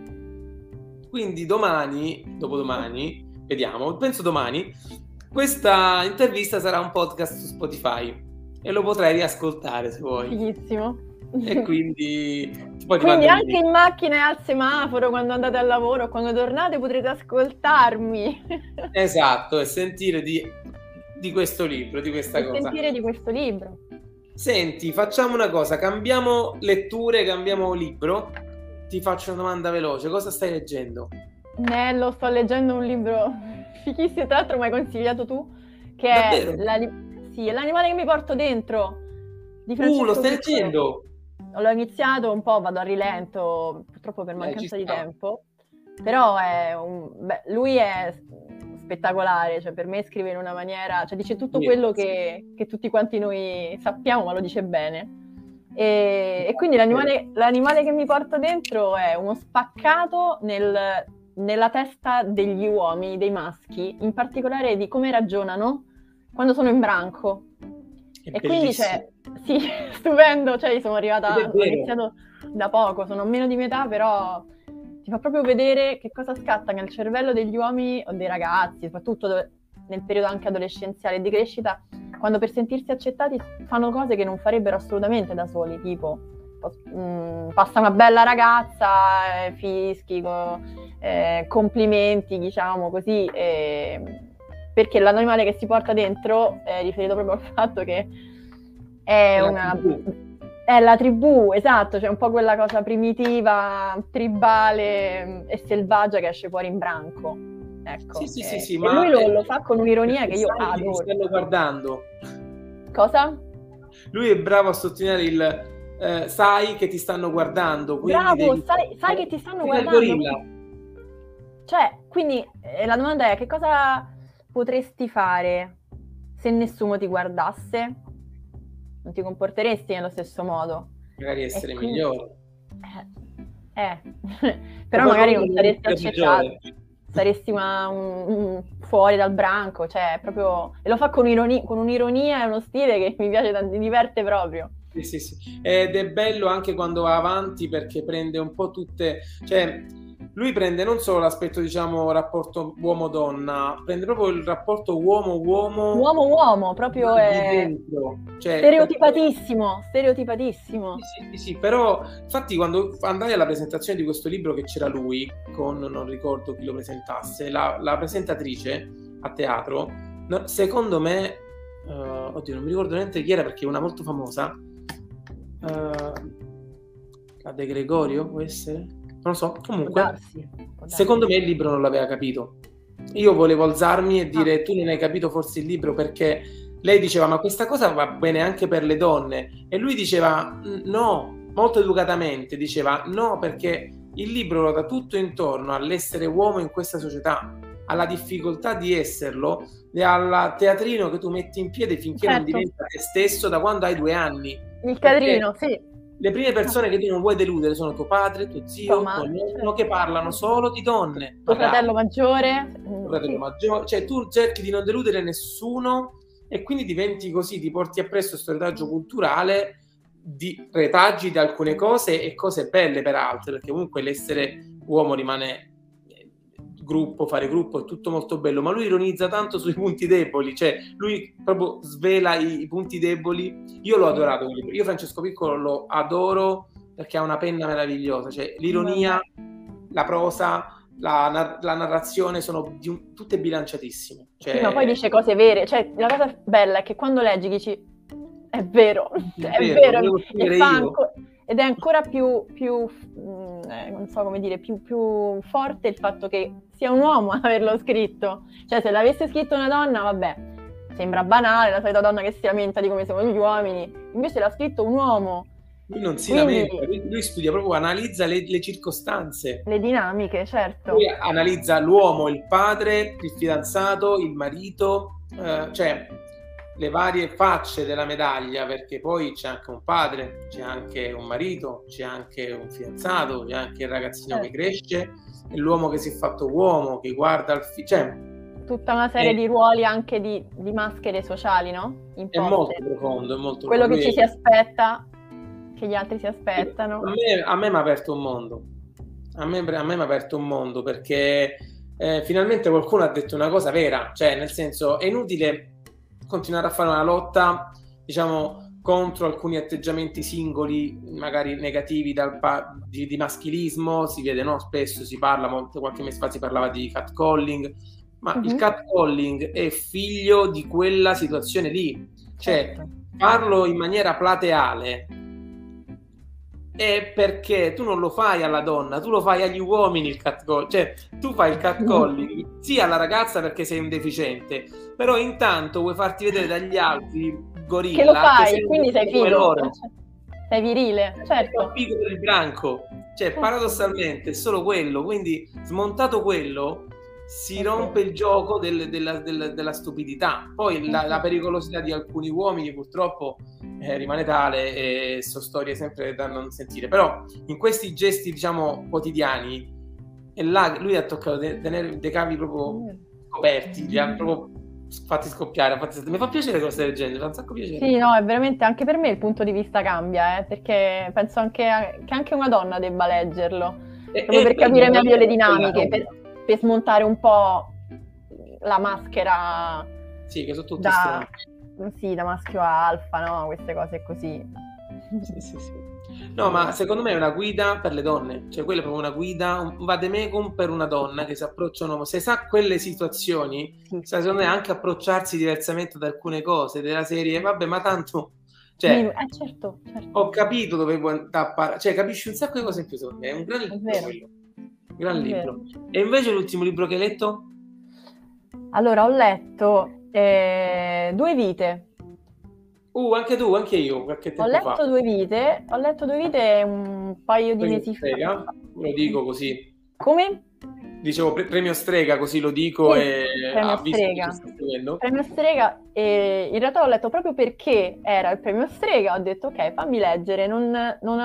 Quindi dopodomani, vediamo, penso domani, questa intervista sarà un podcast su Spotify e lo potrai riascoltare se vuoi. Fighissimo. E quindi anche in macchina e al semaforo, quando andate al lavoro, quando tornate, potrete ascoltarmi. Esatto, e sentire di questo libro, di questa cosa. Sentire di questo libro. Senti, facciamo una cosa, cambiamo letture, cambiamo libro. Ti faccio una domanda veloce, cosa stai leggendo? Nello, sto leggendo un libro fichissimo, tra l'altro mi hai consigliato tu, che davvero? è L'animale che mi porto dentro, di Francesco lo stai leggendo? L'ho iniziato un po', vado a rilento, purtroppo per mancanza di tempo, però lui è spettacolare, cioè per me scrive in una maniera, cioè dice tutto quello che tutti quanti noi sappiamo, ma lo dice bene. E quindi l'animale che mi porto dentro è uno spaccato nella testa degli uomini, dei maschi, in particolare di come ragionano quando sono in branco. E quindi sì, stupendo, cioè sono arrivata, ho iniziato da poco, sono meno di metà, però ti fa proprio vedere che cosa scatta nel cervello degli uomini o dei ragazzi, soprattutto nel periodo anche adolescenziale di crescita, quando per sentirsi accettati fanno cose che non farebbero assolutamente da soli, tipo passa una bella ragazza, fischi, complimenti, diciamo così, perché l'animale che si porta dentro è riferito proprio al fatto che è la tribù, esatto, cioè un po' quella cosa primitiva, tribale e selvaggia che esce fuori in branco. Ecco. Sì, e ma lui lo fa con un'ironia che io adoro. Ti stanno guardando. Cosa? Lui è bravo a sottolineare sai che ti stanno guardando. Bravo, sai che ti stanno guardando. Cioè, quindi la domanda è: che cosa potresti fare se nessuno ti guardasse? non ti comporteresti nello stesso modo. Magari essere quindi, migliore. Però magari non saresti accettato, peggiore. saresti fuori dal branco, cioè proprio, e lo fa con un'ironia e uno stile che mi piace, mi diverte proprio. Sì. Ed è bello anche quando va avanti perché prende un po' tutte, cioè lui prende non solo l'aspetto, diciamo, rapporto uomo-donna, prende proprio il rapporto uomo-uomo. Uomo-uomo, proprio è dentro. Cioè, stereotipatissimo. Sì, però infatti quando andai alla presentazione di questo libro che c'era lui, con non ricordo chi lo presentasse, la presentatrice a teatro, secondo me, oddio non mi ricordo niente chi era perché è una molto famosa, la De Gregorio può essere? Non lo so, comunque Può darsi. Secondo me il libro non l'aveva capito. Io volevo alzarmi e dire tu non hai capito forse il libro, perché lei diceva ma questa cosa va bene anche per le donne, e lui diceva no, molto educatamente diceva no, perché il libro ruota tutto intorno all'essere uomo in questa società, alla difficoltà di esserlo e al teatrino che tu metti in piedi finché non diventa te stesso da quando hai 2 anni. Il teatrino, sì. Le prime persone che tu non vuoi deludere sono tuo padre, tuo zio, tuo nonno, che parlano solo di donne. Tuo fratello maggiore. Cioè tu cerchi di non deludere nessuno e quindi diventi così, ti porti appresso questo retaggio culturale di retaggi di alcune cose e cose belle per altre, perché comunque l'essere uomo rimane gruppo, fare gruppo è tutto molto bello, ma lui ironizza tanto sui punti deboli, cioè lui proprio svela i punti deboli. Io l'ho adorato, io Francesco Piccolo lo adoro perché ha una penna meravigliosa, cioè l'ironia, la prosa, la narrazione sono tutte bilanciatissime, cioè... Sì, ma poi dice cose vere, cioè la cosa bella è che quando leggi dici è vero, è vero ed è ancora più non so come dire, più forte il fatto che sia un uomo ad averlo scritto. Cioè se l'avesse scritto una donna, vabbè, sembra banale, la solita donna che si lamenta di come siamo gli uomini, invece l'ha scritto un uomo. Lui non si lamenta, lui studia proprio, analizza le circostanze, le dinamiche, certo. Lui analizza l'uomo, il padre, il fidanzato, il marito, cioè le varie facce della medaglia, perché poi c'è anche un padre, c'è anche un marito, c'è anche un fidanzato, c'è anche il ragazzino che cresce, e l'uomo che si è fatto uomo, che guarda il cioè tutta una serie di ruoli anche di maschere sociali, no? Imposte. È molto profondo, è molto quello che ci si aspetta, che gli altri si aspettano. A me mi ha aperto un mondo, a me mi ha aperto un mondo, perché finalmente qualcuno ha detto una cosa vera, cioè nel senso è inutile continuare a fare una lotta, diciamo, contro alcuni atteggiamenti singoli, magari negativi di maschilismo. Si vede, no? Spesso si parla, qualche mese fa si parlava di catcalling, ma il catcalling è figlio di quella situazione lì, cioè farlo in maniera plateale è perché tu non lo fai alla donna, tu lo fai agli uomini il catcalling, cioè tu fai il catcalling sì alla ragazza perché sei un deficiente, però intanto vuoi farti vedere dagli altri gorilla che lo fai, quindi sei figo, sei virile, certo, figo per il branco, cioè paradossalmente è solo quello, quindi smontato quello si rompe il gioco della stupidità. Poi la pericolosità di alcuni uomini purtroppo rimane tale e sono storie sempre da non sentire, però in questi gesti, diciamo, quotidiani, e là lui ha toccato dei cavi proprio scoperti, li ha proprio fatti scoppiare. Mi fa piacere cose del genere, fa un sacco piacere. Sì, no, è veramente, anche per me il punto di vista cambia, perché penso che anche una donna debba leggerlo, proprio per capire meglio le dinamiche, per smontare un po' la maschera, sì, che sono tutti da maschio a alfa, no? Queste cose così. Sì. No, ma secondo me è una guida per le donne, cioè quella è proprio una guida, un vademecum per una donna che si approccia a un uomo. Se sa quelle situazioni, sa secondo me anche approcciarsi diversamente ad alcune cose della serie, vabbè, ma tanto... Cioè, certo. Ho capito dove vuoi tappare, cioè capisci un sacco di cose in più, secondo me. È un gran libro quello. Gran libro. E invece l'ultimo libro che hai letto? Allora, ho letto 2 vite. Anche tu, anche io, qualche tempo fa. Ho letto 2 vite un paio di mesi fa. Lo dico così. Come? Dicevo premio Strega, così lo dico, sì, e ha visto questa seguendo. Premio Strega, e in realtà l'ho letto proprio perché era il premio Strega, ho detto ok, fammi leggere, non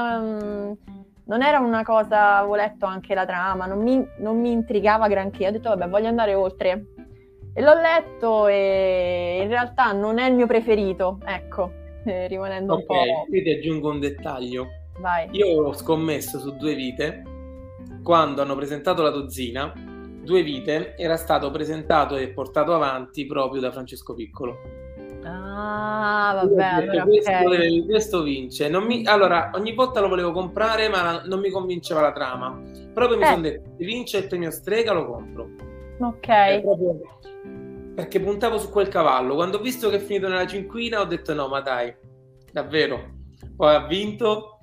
era una cosa, avevo letto anche la trama, non mi intrigava granché, ho detto vabbè, voglio andare oltre. E l'ho letto e in realtà non è il mio preferito, ecco, rimanendo un po'... Ok, qui ti aggiungo un dettaglio. Vai. Io ho scommesso su Due Vite, quando hanno presentato La Dozzina, Due Vite era stato presentato e portato avanti proprio da Francesco Piccolo. Ah, Io ho vabbè, detto, allora ok. questo vince. Allora, ogni volta lo volevo comprare, ma non mi convinceva la trama. Proprio mi sono detto, se vince il premio Strega lo compro. Ok. Proprio perché puntavo su quel cavallo. Quando ho visto che è finito nella cinquina ho detto no, ma dai, davvero. Poi ha vinto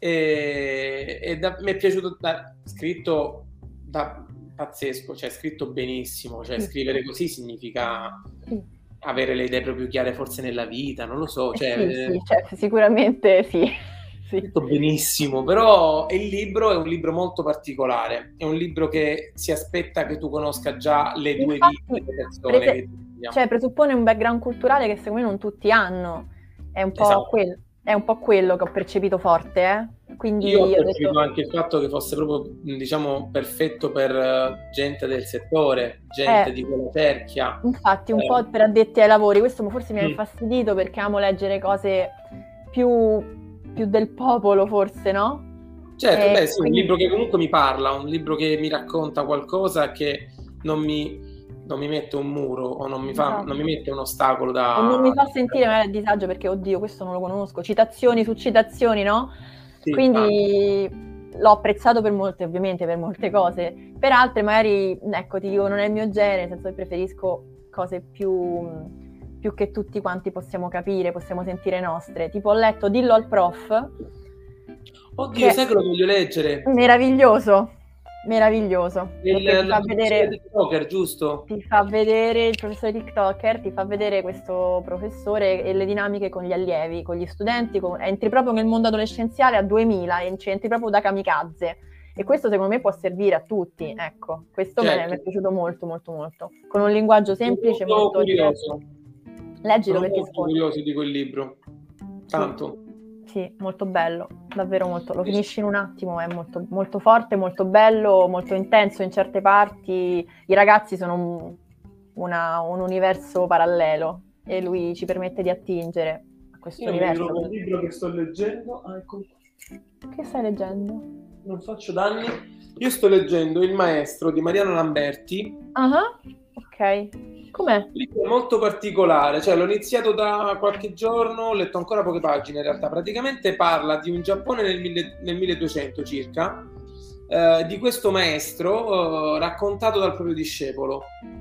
e mi è piaciuto, scritto pazzesco, cioè scritto benissimo, cioè scrivere così significa avere le idee proprio chiare forse nella vita, non lo so, Sì, cioè, sicuramente sì. Scritto benissimo, però il libro è un libro molto particolare, è un libro che si aspetta che tu conosca già le due vite delle persone. Cioè presuppone un background culturale che secondo me non tutti hanno, è un po', Esatto. è un po' quello che ho percepito forte, Quindi io ho percepito anche il fatto che fosse proprio, diciamo, perfetto per gente del settore, gente di quella cerchia. Infatti, un po' per addetti ai lavori, questo forse mi ha infastidito perché amo leggere cose più del popolo, forse, no? Certo, beh sì, quindi... un libro che comunque mi parla, un libro che mi racconta qualcosa che non mi mette un muro o non mi mette un ostacolo da... O non mi fa sentire a disagio perché, oddio, questo non lo conosco. Citazioni su citazioni, no? Sì, quindi l'ho apprezzato per molte, ovviamente, per molte cose. Per altre magari, ecco, ti dico, non è il mio genere, nel senso che preferisco cose più che tutti quanti possiamo capire, possiamo sentire nostre. Tipo ho letto Dillo al prof. Oddio, sai che lo voglio leggere? Meraviglioso. Perché ti fa vedere TikToker, giusto? Ti fa vedere il professore TikToker, ti fa vedere questo professore e le dinamiche con gli allievi, con gli studenti, entri proprio nel mondo adolescenziale a 2000, entri proprio da kamikaze. E questo secondo me può servire a tutti, ecco. Questo mi è piaciuto molto, molto, molto. Con un linguaggio semplice, molto curioso. Leggilo perché sono molto curioso di quel libro. Tanto. Sì, molto bello, davvero molto. Lo finisci in un attimo, è molto, molto forte, molto bello, molto intenso in certe parti. I ragazzi sono un universo parallelo e lui ci permette di attingere a questo universo. Il libro che sto leggendo... Che stai leggendo? Non faccio danni. Io sto leggendo Il Maestro di Mariano Lamberti. Ok. Com'è? Il libro è molto particolare, cioè l'ho iniziato da qualche giorno, ho letto ancora poche pagine in realtà. Praticamente parla di un Giappone nel 1200 circa, di questo maestro raccontato dal proprio discepolo.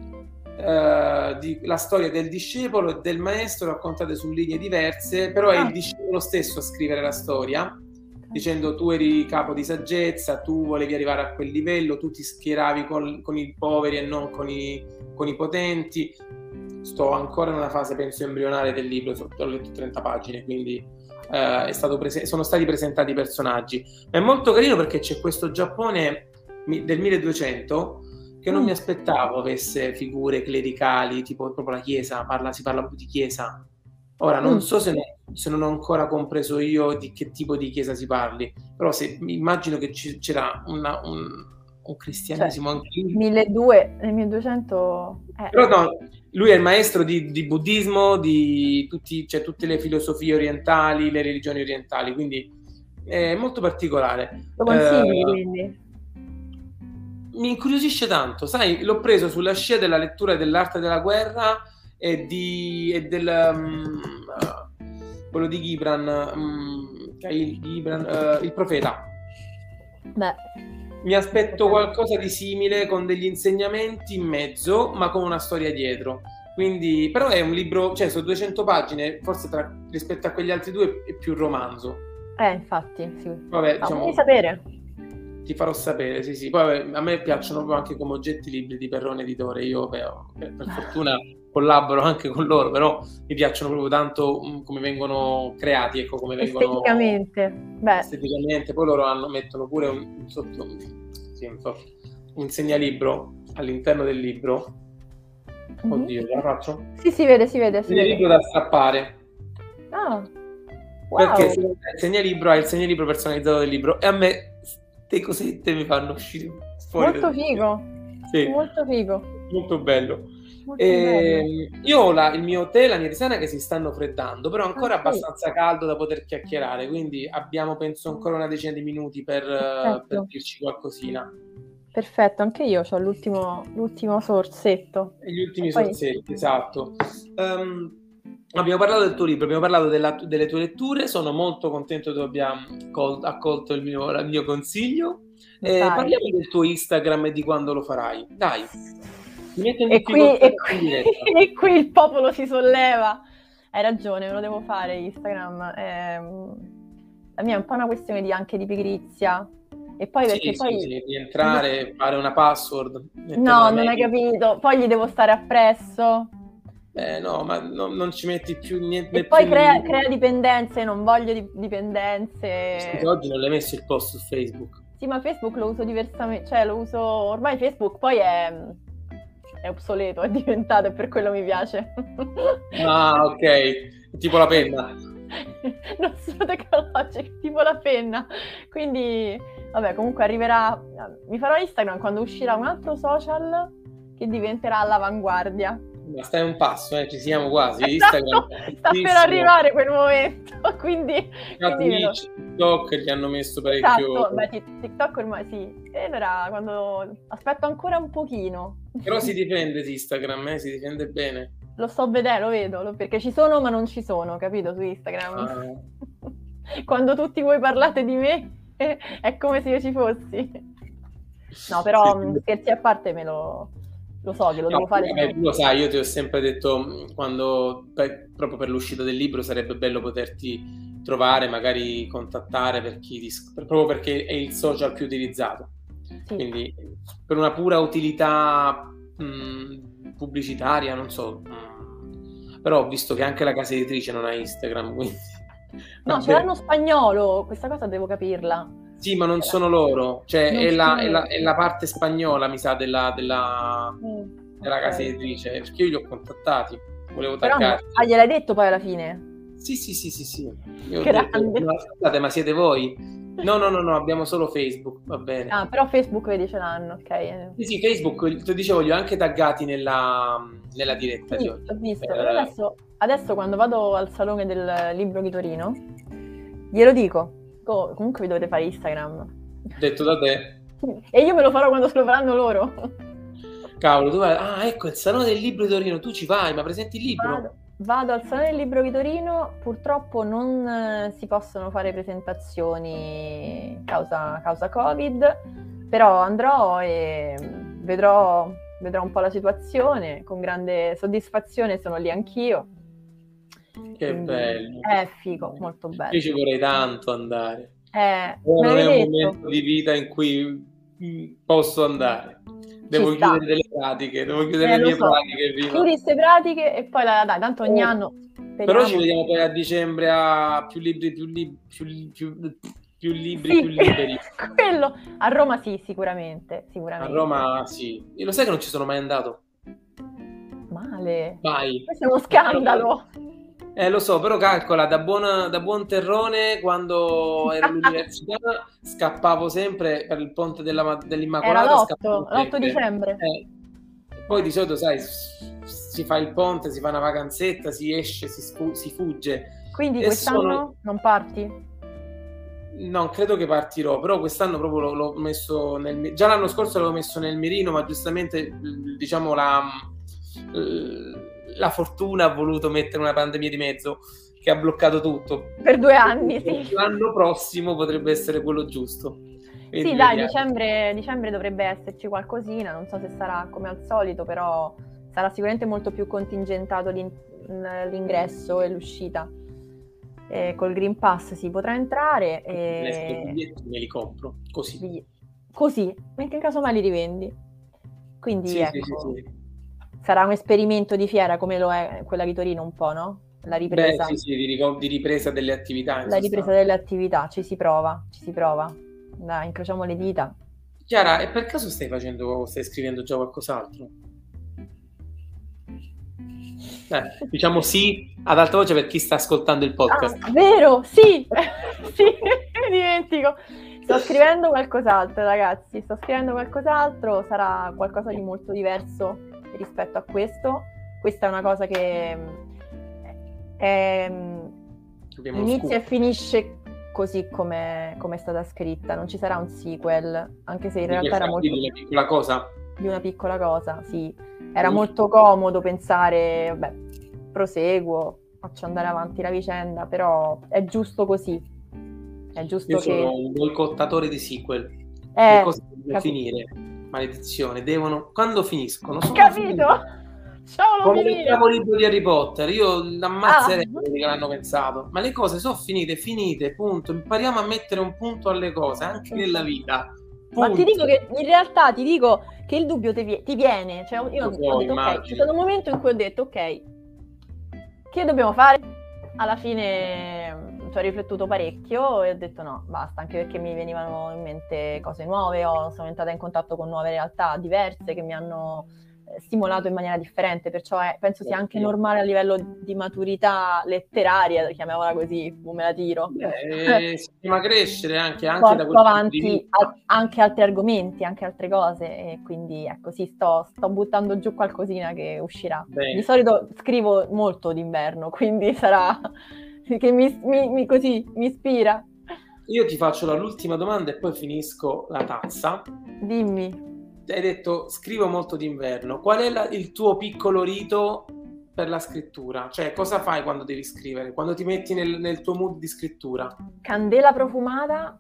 La storia del discepolo e del maestro raccontate su linee diverse, però è il discepolo stesso a scrivere la storia, dicendo tu eri capo di saggezza, tu volevi arrivare a quel livello, tu ti schieravi con i poveri e non con i potenti. Sto ancora in una fase penso embrionale del libro, ho letto 30 pagine, quindi sono stati presentati i personaggi. Ma è molto carino perché c'è questo Giappone del 1200 che non mi aspettavo avesse figure clericali, tipo proprio la chiesa, si parla proprio di chiesa. Ora, non so se non ho ancora compreso io di che tipo di chiesa si parli, però immagino che c'era un cristianesimo anche lì. 1200... Però no, lui è il maestro di buddismo, di tutte le filosofie orientali, le religioni orientali, quindi è molto particolare. Lo consigli, quindi? Mi incuriosisce tanto, sai, l'ho preso sulla scia della lettura dell'arte della guerra e del quello di Gibran, il profeta. Beh, mi aspetto qualcosa di simile con degli insegnamenti in mezzo, ma con una storia dietro. Quindi, però è un libro, cioè sono 200 pagine, forse rispetto a quegli altri due è più romanzo. Infatti, sì. Vabbè, fammi sapere. Ti farò sapere, sì. Poi a me piacciono proprio anche come oggetti i libri di Perrone Editore. Io per fortuna collaboro anche con loro, però mi piacciono proprio tanto come vengono creati, ecco, come vengono esteticamente. Poi loro mettono pure un segnalibro all'interno del libro Oddio, ce la faccio? Sì, si vede, si vede. Segnalibro da strappare. Ah, wow. Perché se il segnalibro ha il segnalibro personalizzato del libro e a me queste cosette mi fanno uscire fuori. Molto figo. Sì. Molto figo. Molto bello. Molto bello. Io ho la mia tisana che si stanno freddando, però ancora abbastanza caldo da poter chiacchierare, quindi abbiamo penso ancora una decina di minuti per dirci qualcosina. Perfetto, anche io ho l'ultimo sorsetto. Gli ultimi sorsetti, esatto. Abbiamo parlato del tuo libro, abbiamo parlato delle tue letture, sono molto contento che tu abbia accolto il mio consiglio. Parliamo del tuo Instagram e di quando lo farai. Dai. E qui il popolo si solleva. Hai ragione, me lo devo fare Instagram. La mia è un po' una questione anche di pigrizia. E poi perché di entrare, fare una password. No, non hai capito. Poi gli devo stare appresso. No, ma non ci metti più niente. E poi crea dipendenze, non voglio dipendenze. Scusa, oggi non l'hai messo il post su Facebook? Sì, ma Facebook lo uso diversamente, cioè lo uso. Ormai Facebook poi è obsoleto, è diventato, e per quello mi piace. Ah, ok. Tipo la penna. Non sono tecnologica, tipo la penna. Quindi, vabbè, comunque arriverà. Mi farò Instagram quando uscirà un altro social che diventerà all'avanguardia. Ma stai un passo, ci siamo quasi. Instagram sta per arrivare quel momento. Quindi Twitch, TikTok gli hanno messo parecchio. Esatto, beh, TikTok ormai sì. E allora quando aspetto ancora un pochino. Però si difende Instagram, si difende bene. Lo sto vedendo, lo vedo, perché ci sono ma non ci sono, capito, su Instagram. Quando tutti voi parlate di me è come se io ci fossi. No, però scherzi a parte lo so che lo devo fare. Tu lo sai, io ti ho sempre detto quando proprio per l'uscita del libro sarebbe bello poterti trovare, magari contattare proprio perché è il social più utilizzato. Sì. Quindi per una pura utilità pubblicitaria, non so, però ho visto che anche la casa editrice non ha Instagram, quindi... No, ce l'hanno spagnolo, questa cosa devo capirla. Sì, ma non sono loro, cioè è la parte spagnola, mi sa, della casa editrice, perché io li ho contattati, volevo taggarli. Gliel'hai detto poi alla fine? Sì. Io ho detto, scusate, ma siete voi? No, abbiamo solo Facebook, va bene. Ah, però Facebook vedi ce l'hanno, ok. Sì, Facebook, ti dicevo, li ho anche taggati nella diretta di oggi. Ho visto, però adesso quando vado al salone del libro di Torino, glielo dico. Comunque vi dovete fare Instagram. Detto da te. E io me lo farò quando se lo faranno loro. Cavolo, tu vai... Ah, ecco, il Salone del Libro di Torino, tu ci vai, ma presenti il libro? Vado al Salone del Libro di Torino, purtroppo non si possono fare presentazioni causa Covid, però andrò e vedrò un po' la situazione, con grande soddisfazione sono lì anch'io. Che bello. È figo, molto bello. Io ci vorrei tanto andare. Non è un momento di vita in cui posso andare. Devo chiudere delle pratiche, devo chiudere le mie pratiche prima. Chiudi queste pratiche e poi dai, tanto ogni anno. Speriamo. Però ci vediamo poi a dicembre a più libri. Quello a Roma sì, sicuramente. A Roma sì. Io lo sai che non ci sono mai andato. Male. Vai. Questo è uno scandalo. Lo so, però calcola, da buon terrone, quando ero all'università scappavo sempre per il ponte dell'Immacolata. Era l'8 dicembre. Poi di solito, sai, si fa il ponte, si fa una vacanzetta, si esce, si fugge. Quindi quest'anno non parti? No, credo che partirò, però quest'anno proprio l'ho messo già l'anno scorso l'avevo messo nel mirino, ma giustamente, diciamo, la fortuna ha voluto mettere una pandemia di mezzo che ha bloccato tutto. Per 2 anni, sì. L'anno prossimo potrebbe essere quello giusto. Quindi sì, dai, dicembre dovrebbe esserci qualcosina, non so se sarà come al solito, però sarà sicuramente molto più contingentato l'ingresso e l'uscita. Col Green Pass si potrà entrare. I biglietti me li compro, così, anche in caso mai li rivendi. Quindi sì, ecco. sì. Sarà un esperimento di fiera come lo è quella di Torino un po', no? La ripresa. Beh, sì, di ripresa delle attività. La ripresa delle attività, ci si prova. Dai, incrociamo le dita. Chiara, e per caso stai scrivendo già qualcos'altro? Diciamo sì ad alta voce per chi sta ascoltando il podcast. Vero, sì, sì, mi dimentico. Sto scrivendo qualcos'altro, ragazzi, sarà qualcosa di molto diverso rispetto a questo. Questa è una cosa che inizia e finisce così come è stata scritta, non ci sarà un sequel, anche se in realtà era molto... Di una piccola cosa? Di una piccola cosa, sì. Era molto comodo pensare, vabbè, proseguo, faccio andare avanti la vicenda, però è giusto così. È giusto Io che... sono un boicottatore di sequel. Le cose devono finire, maledizione, devono... Quando finiscono? Capito? Come il capolibro di Harry Potter, io l'ammazzerei quelli che l'hanno pensato, ma le cose sono finite, punto. Impariamo a mettere un punto alle cose, anche nella vita. Punto. Ma ti dico che in realtà che il dubbio ti viene, cioè io ho detto ok, c'è stato un momento in cui ho detto ok, che dobbiamo fare? Alla fine ci ho riflettuto parecchio e ho detto no, basta, anche perché mi venivano in mente cose nuove, sono entrata in contatto con nuove realtà diverse che mi hanno stimolato in maniera differente, perciò penso sia anche normale a livello di maturità letteraria, chiamiamola così, me la tiro. Si chiama crescere anche porto da quel avanti anche altri argomenti, anche altre cose, e quindi ecco, sì, sto buttando giù qualcosina che uscirà. Bene. Di solito scrivo molto d'inverno, quindi sarà che così mi ispira. Io ti faccio l'ultima domanda e poi finisco la tazza. Dimmi. Hai detto scrivo molto d'inverno, qual è il tuo piccolo rito per la scrittura? Cioè, cosa fai quando devi scrivere? Quando ti metti nel tuo mood di scrittura? Candela profumata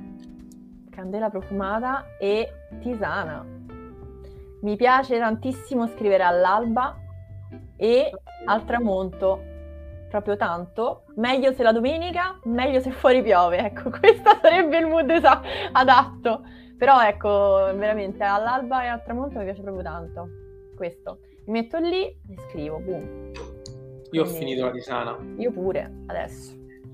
e tisana. Mi piace tantissimo scrivere all'alba e al tramonto, proprio tanto. Meglio se la domenica, meglio se fuori piove. Ecco, questo sarebbe il mood adatto. Però ecco, veramente all'alba e al tramonto mi piace proprio tanto questo. Mi metto lì e scrivo, boom. Io ho finito la tisana. Io pure, adesso.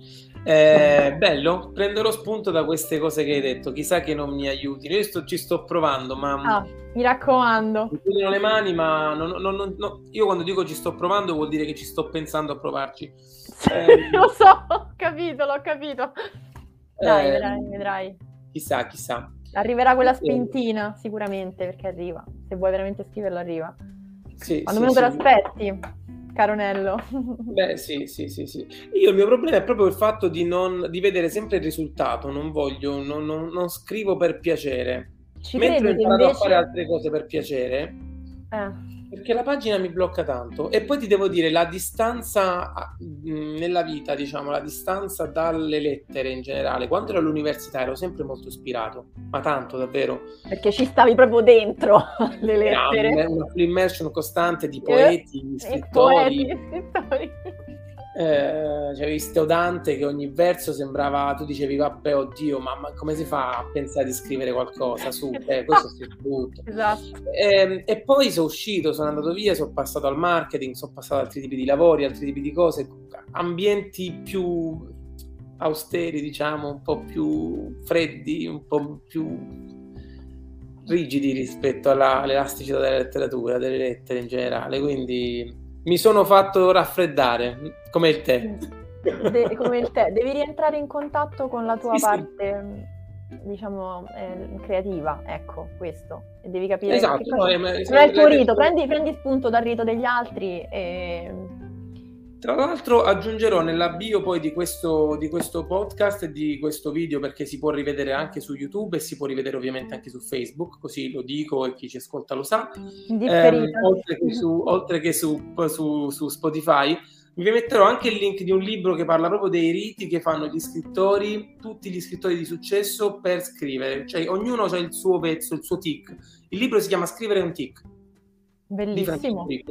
Bello, prenderò spunto da queste cose che hai detto, chissà che non mi aiutino. Io ci sto provando, ma... mi raccomando. Mi chiudono le mani, ma no. Io quando dico ci sto provando vuol dire che ci sto pensando a provarci. Lo so, l'ho capito. Dai, vedrai. Chissà. Arriverà quella spintina, sicuramente, perché arriva. Se vuoi veramente scriverlo, arriva. Sì, quando meno te l'aspetti, caronello. Beh, sì. Io il mio problema è proprio il fatto di vedere sempre il risultato. Non scrivo per piacere. Mentre ho imparato a fare altre cose per piacere, perché la pagina mi blocca tanto. E poi ti devo dire, la distanza nella vita, diciamo, la distanza dalle lettere in generale, quando ero all'università ero sempre molto ispirato, ma tanto davvero. Perché ci stavi proprio dentro le lettere. Una full immersion costante di poeti, scrittori. C'avevi Steodante che ogni verso sembrava, tu dicevi vabbè oddio ma come si fa a pensare di scrivere qualcosa su questo si brutto. Esatto. E poi sono uscito, sono andato via, sono passato al marketing, sono passato ad altri tipi di lavori, altri tipi di cose, ambienti più austeri, diciamo, un po' più freddi, un po' più rigidi rispetto all'elasticità della letteratura, delle lettere in generale, quindi mi sono fatto raffreddare, come il tè. Come il tè, devi rientrare in contatto con la tua parte, diciamo, creativa, ecco, questo. E devi capire esatto, è il tuo rito, prendi spunto dal rito degli altri e... Tra l'altro aggiungerò nella bio poi di questo podcast e di questo video, perché si può rivedere anche su YouTube e si può rivedere ovviamente anche su Facebook, così lo dico e chi ci ascolta lo sa, oltre che su Spotify. Vi metterò anche il link di un libro che parla proprio dei riti che fanno gli scrittori, tutti gli scrittori di successo per scrivere, cioè ognuno ha il suo pezzo, il suo tic. Il libro si chiama Scrivere un tic. Bellissimo. Di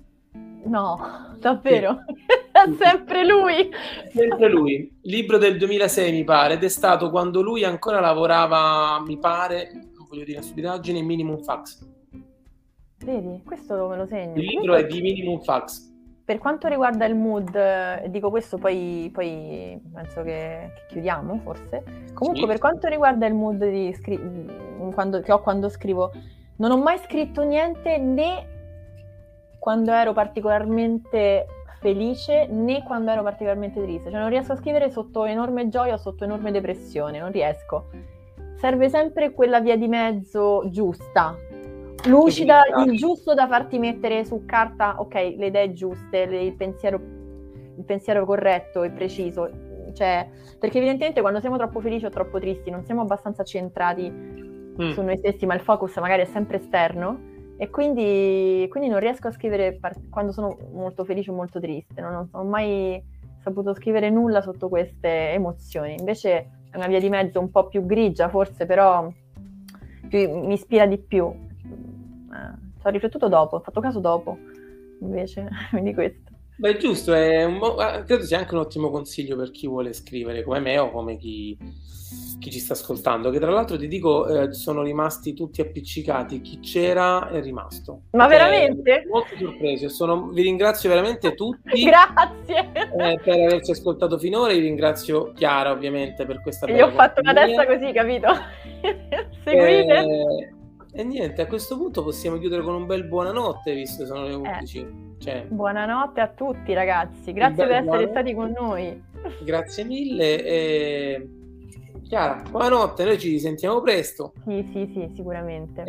No, davvero? Sì. Sempre lui. Sempre lui. Libro del 2006 mi pare, ed è stato quando lui ancora lavorava, mi pare, non voglio dire una stupidaggine, in Minimum Fax. Vedi, questo me lo segno. Il libro è di Minimum Fax. Per quanto riguarda il mood, dico questo, poi penso che chiudiamo, forse. Comunque, sì. Per quanto riguarda il mood che ho quando scrivo, non ho mai scritto niente né quando ero particolarmente felice né quando ero particolarmente triste, cioè non riesco a scrivere sotto enorme gioia o sotto enorme depressione, non riesco. Serve sempre quella via di mezzo giusta, lucida, il giusto da farti mettere su carta, ok, le idee giuste, il pensiero corretto e preciso, cioè, perché evidentemente quando siamo troppo felici o troppo tristi non siamo abbastanza centrati su noi stessi, ma il focus magari è sempre esterno. E quindi non riesco a scrivere quando sono molto felice o molto triste, non ho mai saputo scrivere nulla sotto queste emozioni. Invece è una via di mezzo un po' più grigia, forse, però mi ispira di più. Ci ho riflettuto dopo, ho fatto caso dopo, invece, di questo. Beh, giusto, credo sia anche un ottimo consiglio per chi vuole scrivere come me o come chi ci sta ascoltando, che tra l'altro ti dico sono rimasti tutti appiccicati, chi c'era è rimasto. Ma veramente? Molto sorpreso, vi ringrazio veramente tutti. Grazie! Per averci ascoltato finora, vi ringrazio Chiara ovviamente per questa bella Io ho fatto una testa così, capito? Seguite? E niente, a questo punto possiamo chiudere con un bel buonanotte, visto che sono le 11. Buonanotte a tutti ragazzi, grazie per essere stati con noi. Grazie mille. Chiara, buonanotte, noi ci sentiamo presto. Sì, sicuramente.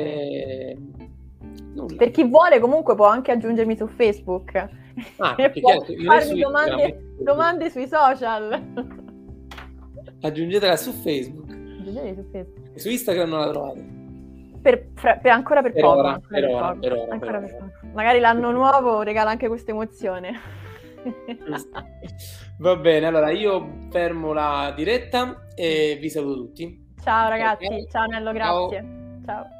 Per chi vuole comunque può anche aggiungermi su Facebook e può farmi domande sui social. Aggiungetela su Facebook. Su Instagram non la trovate. Ancora per poco. Per ora. Magari l'anno nuovo regala anche questa emozione. Va bene, allora io fermo la diretta e vi saluto tutti. Ciao ragazzi, ciao Nello, grazie. Ciao.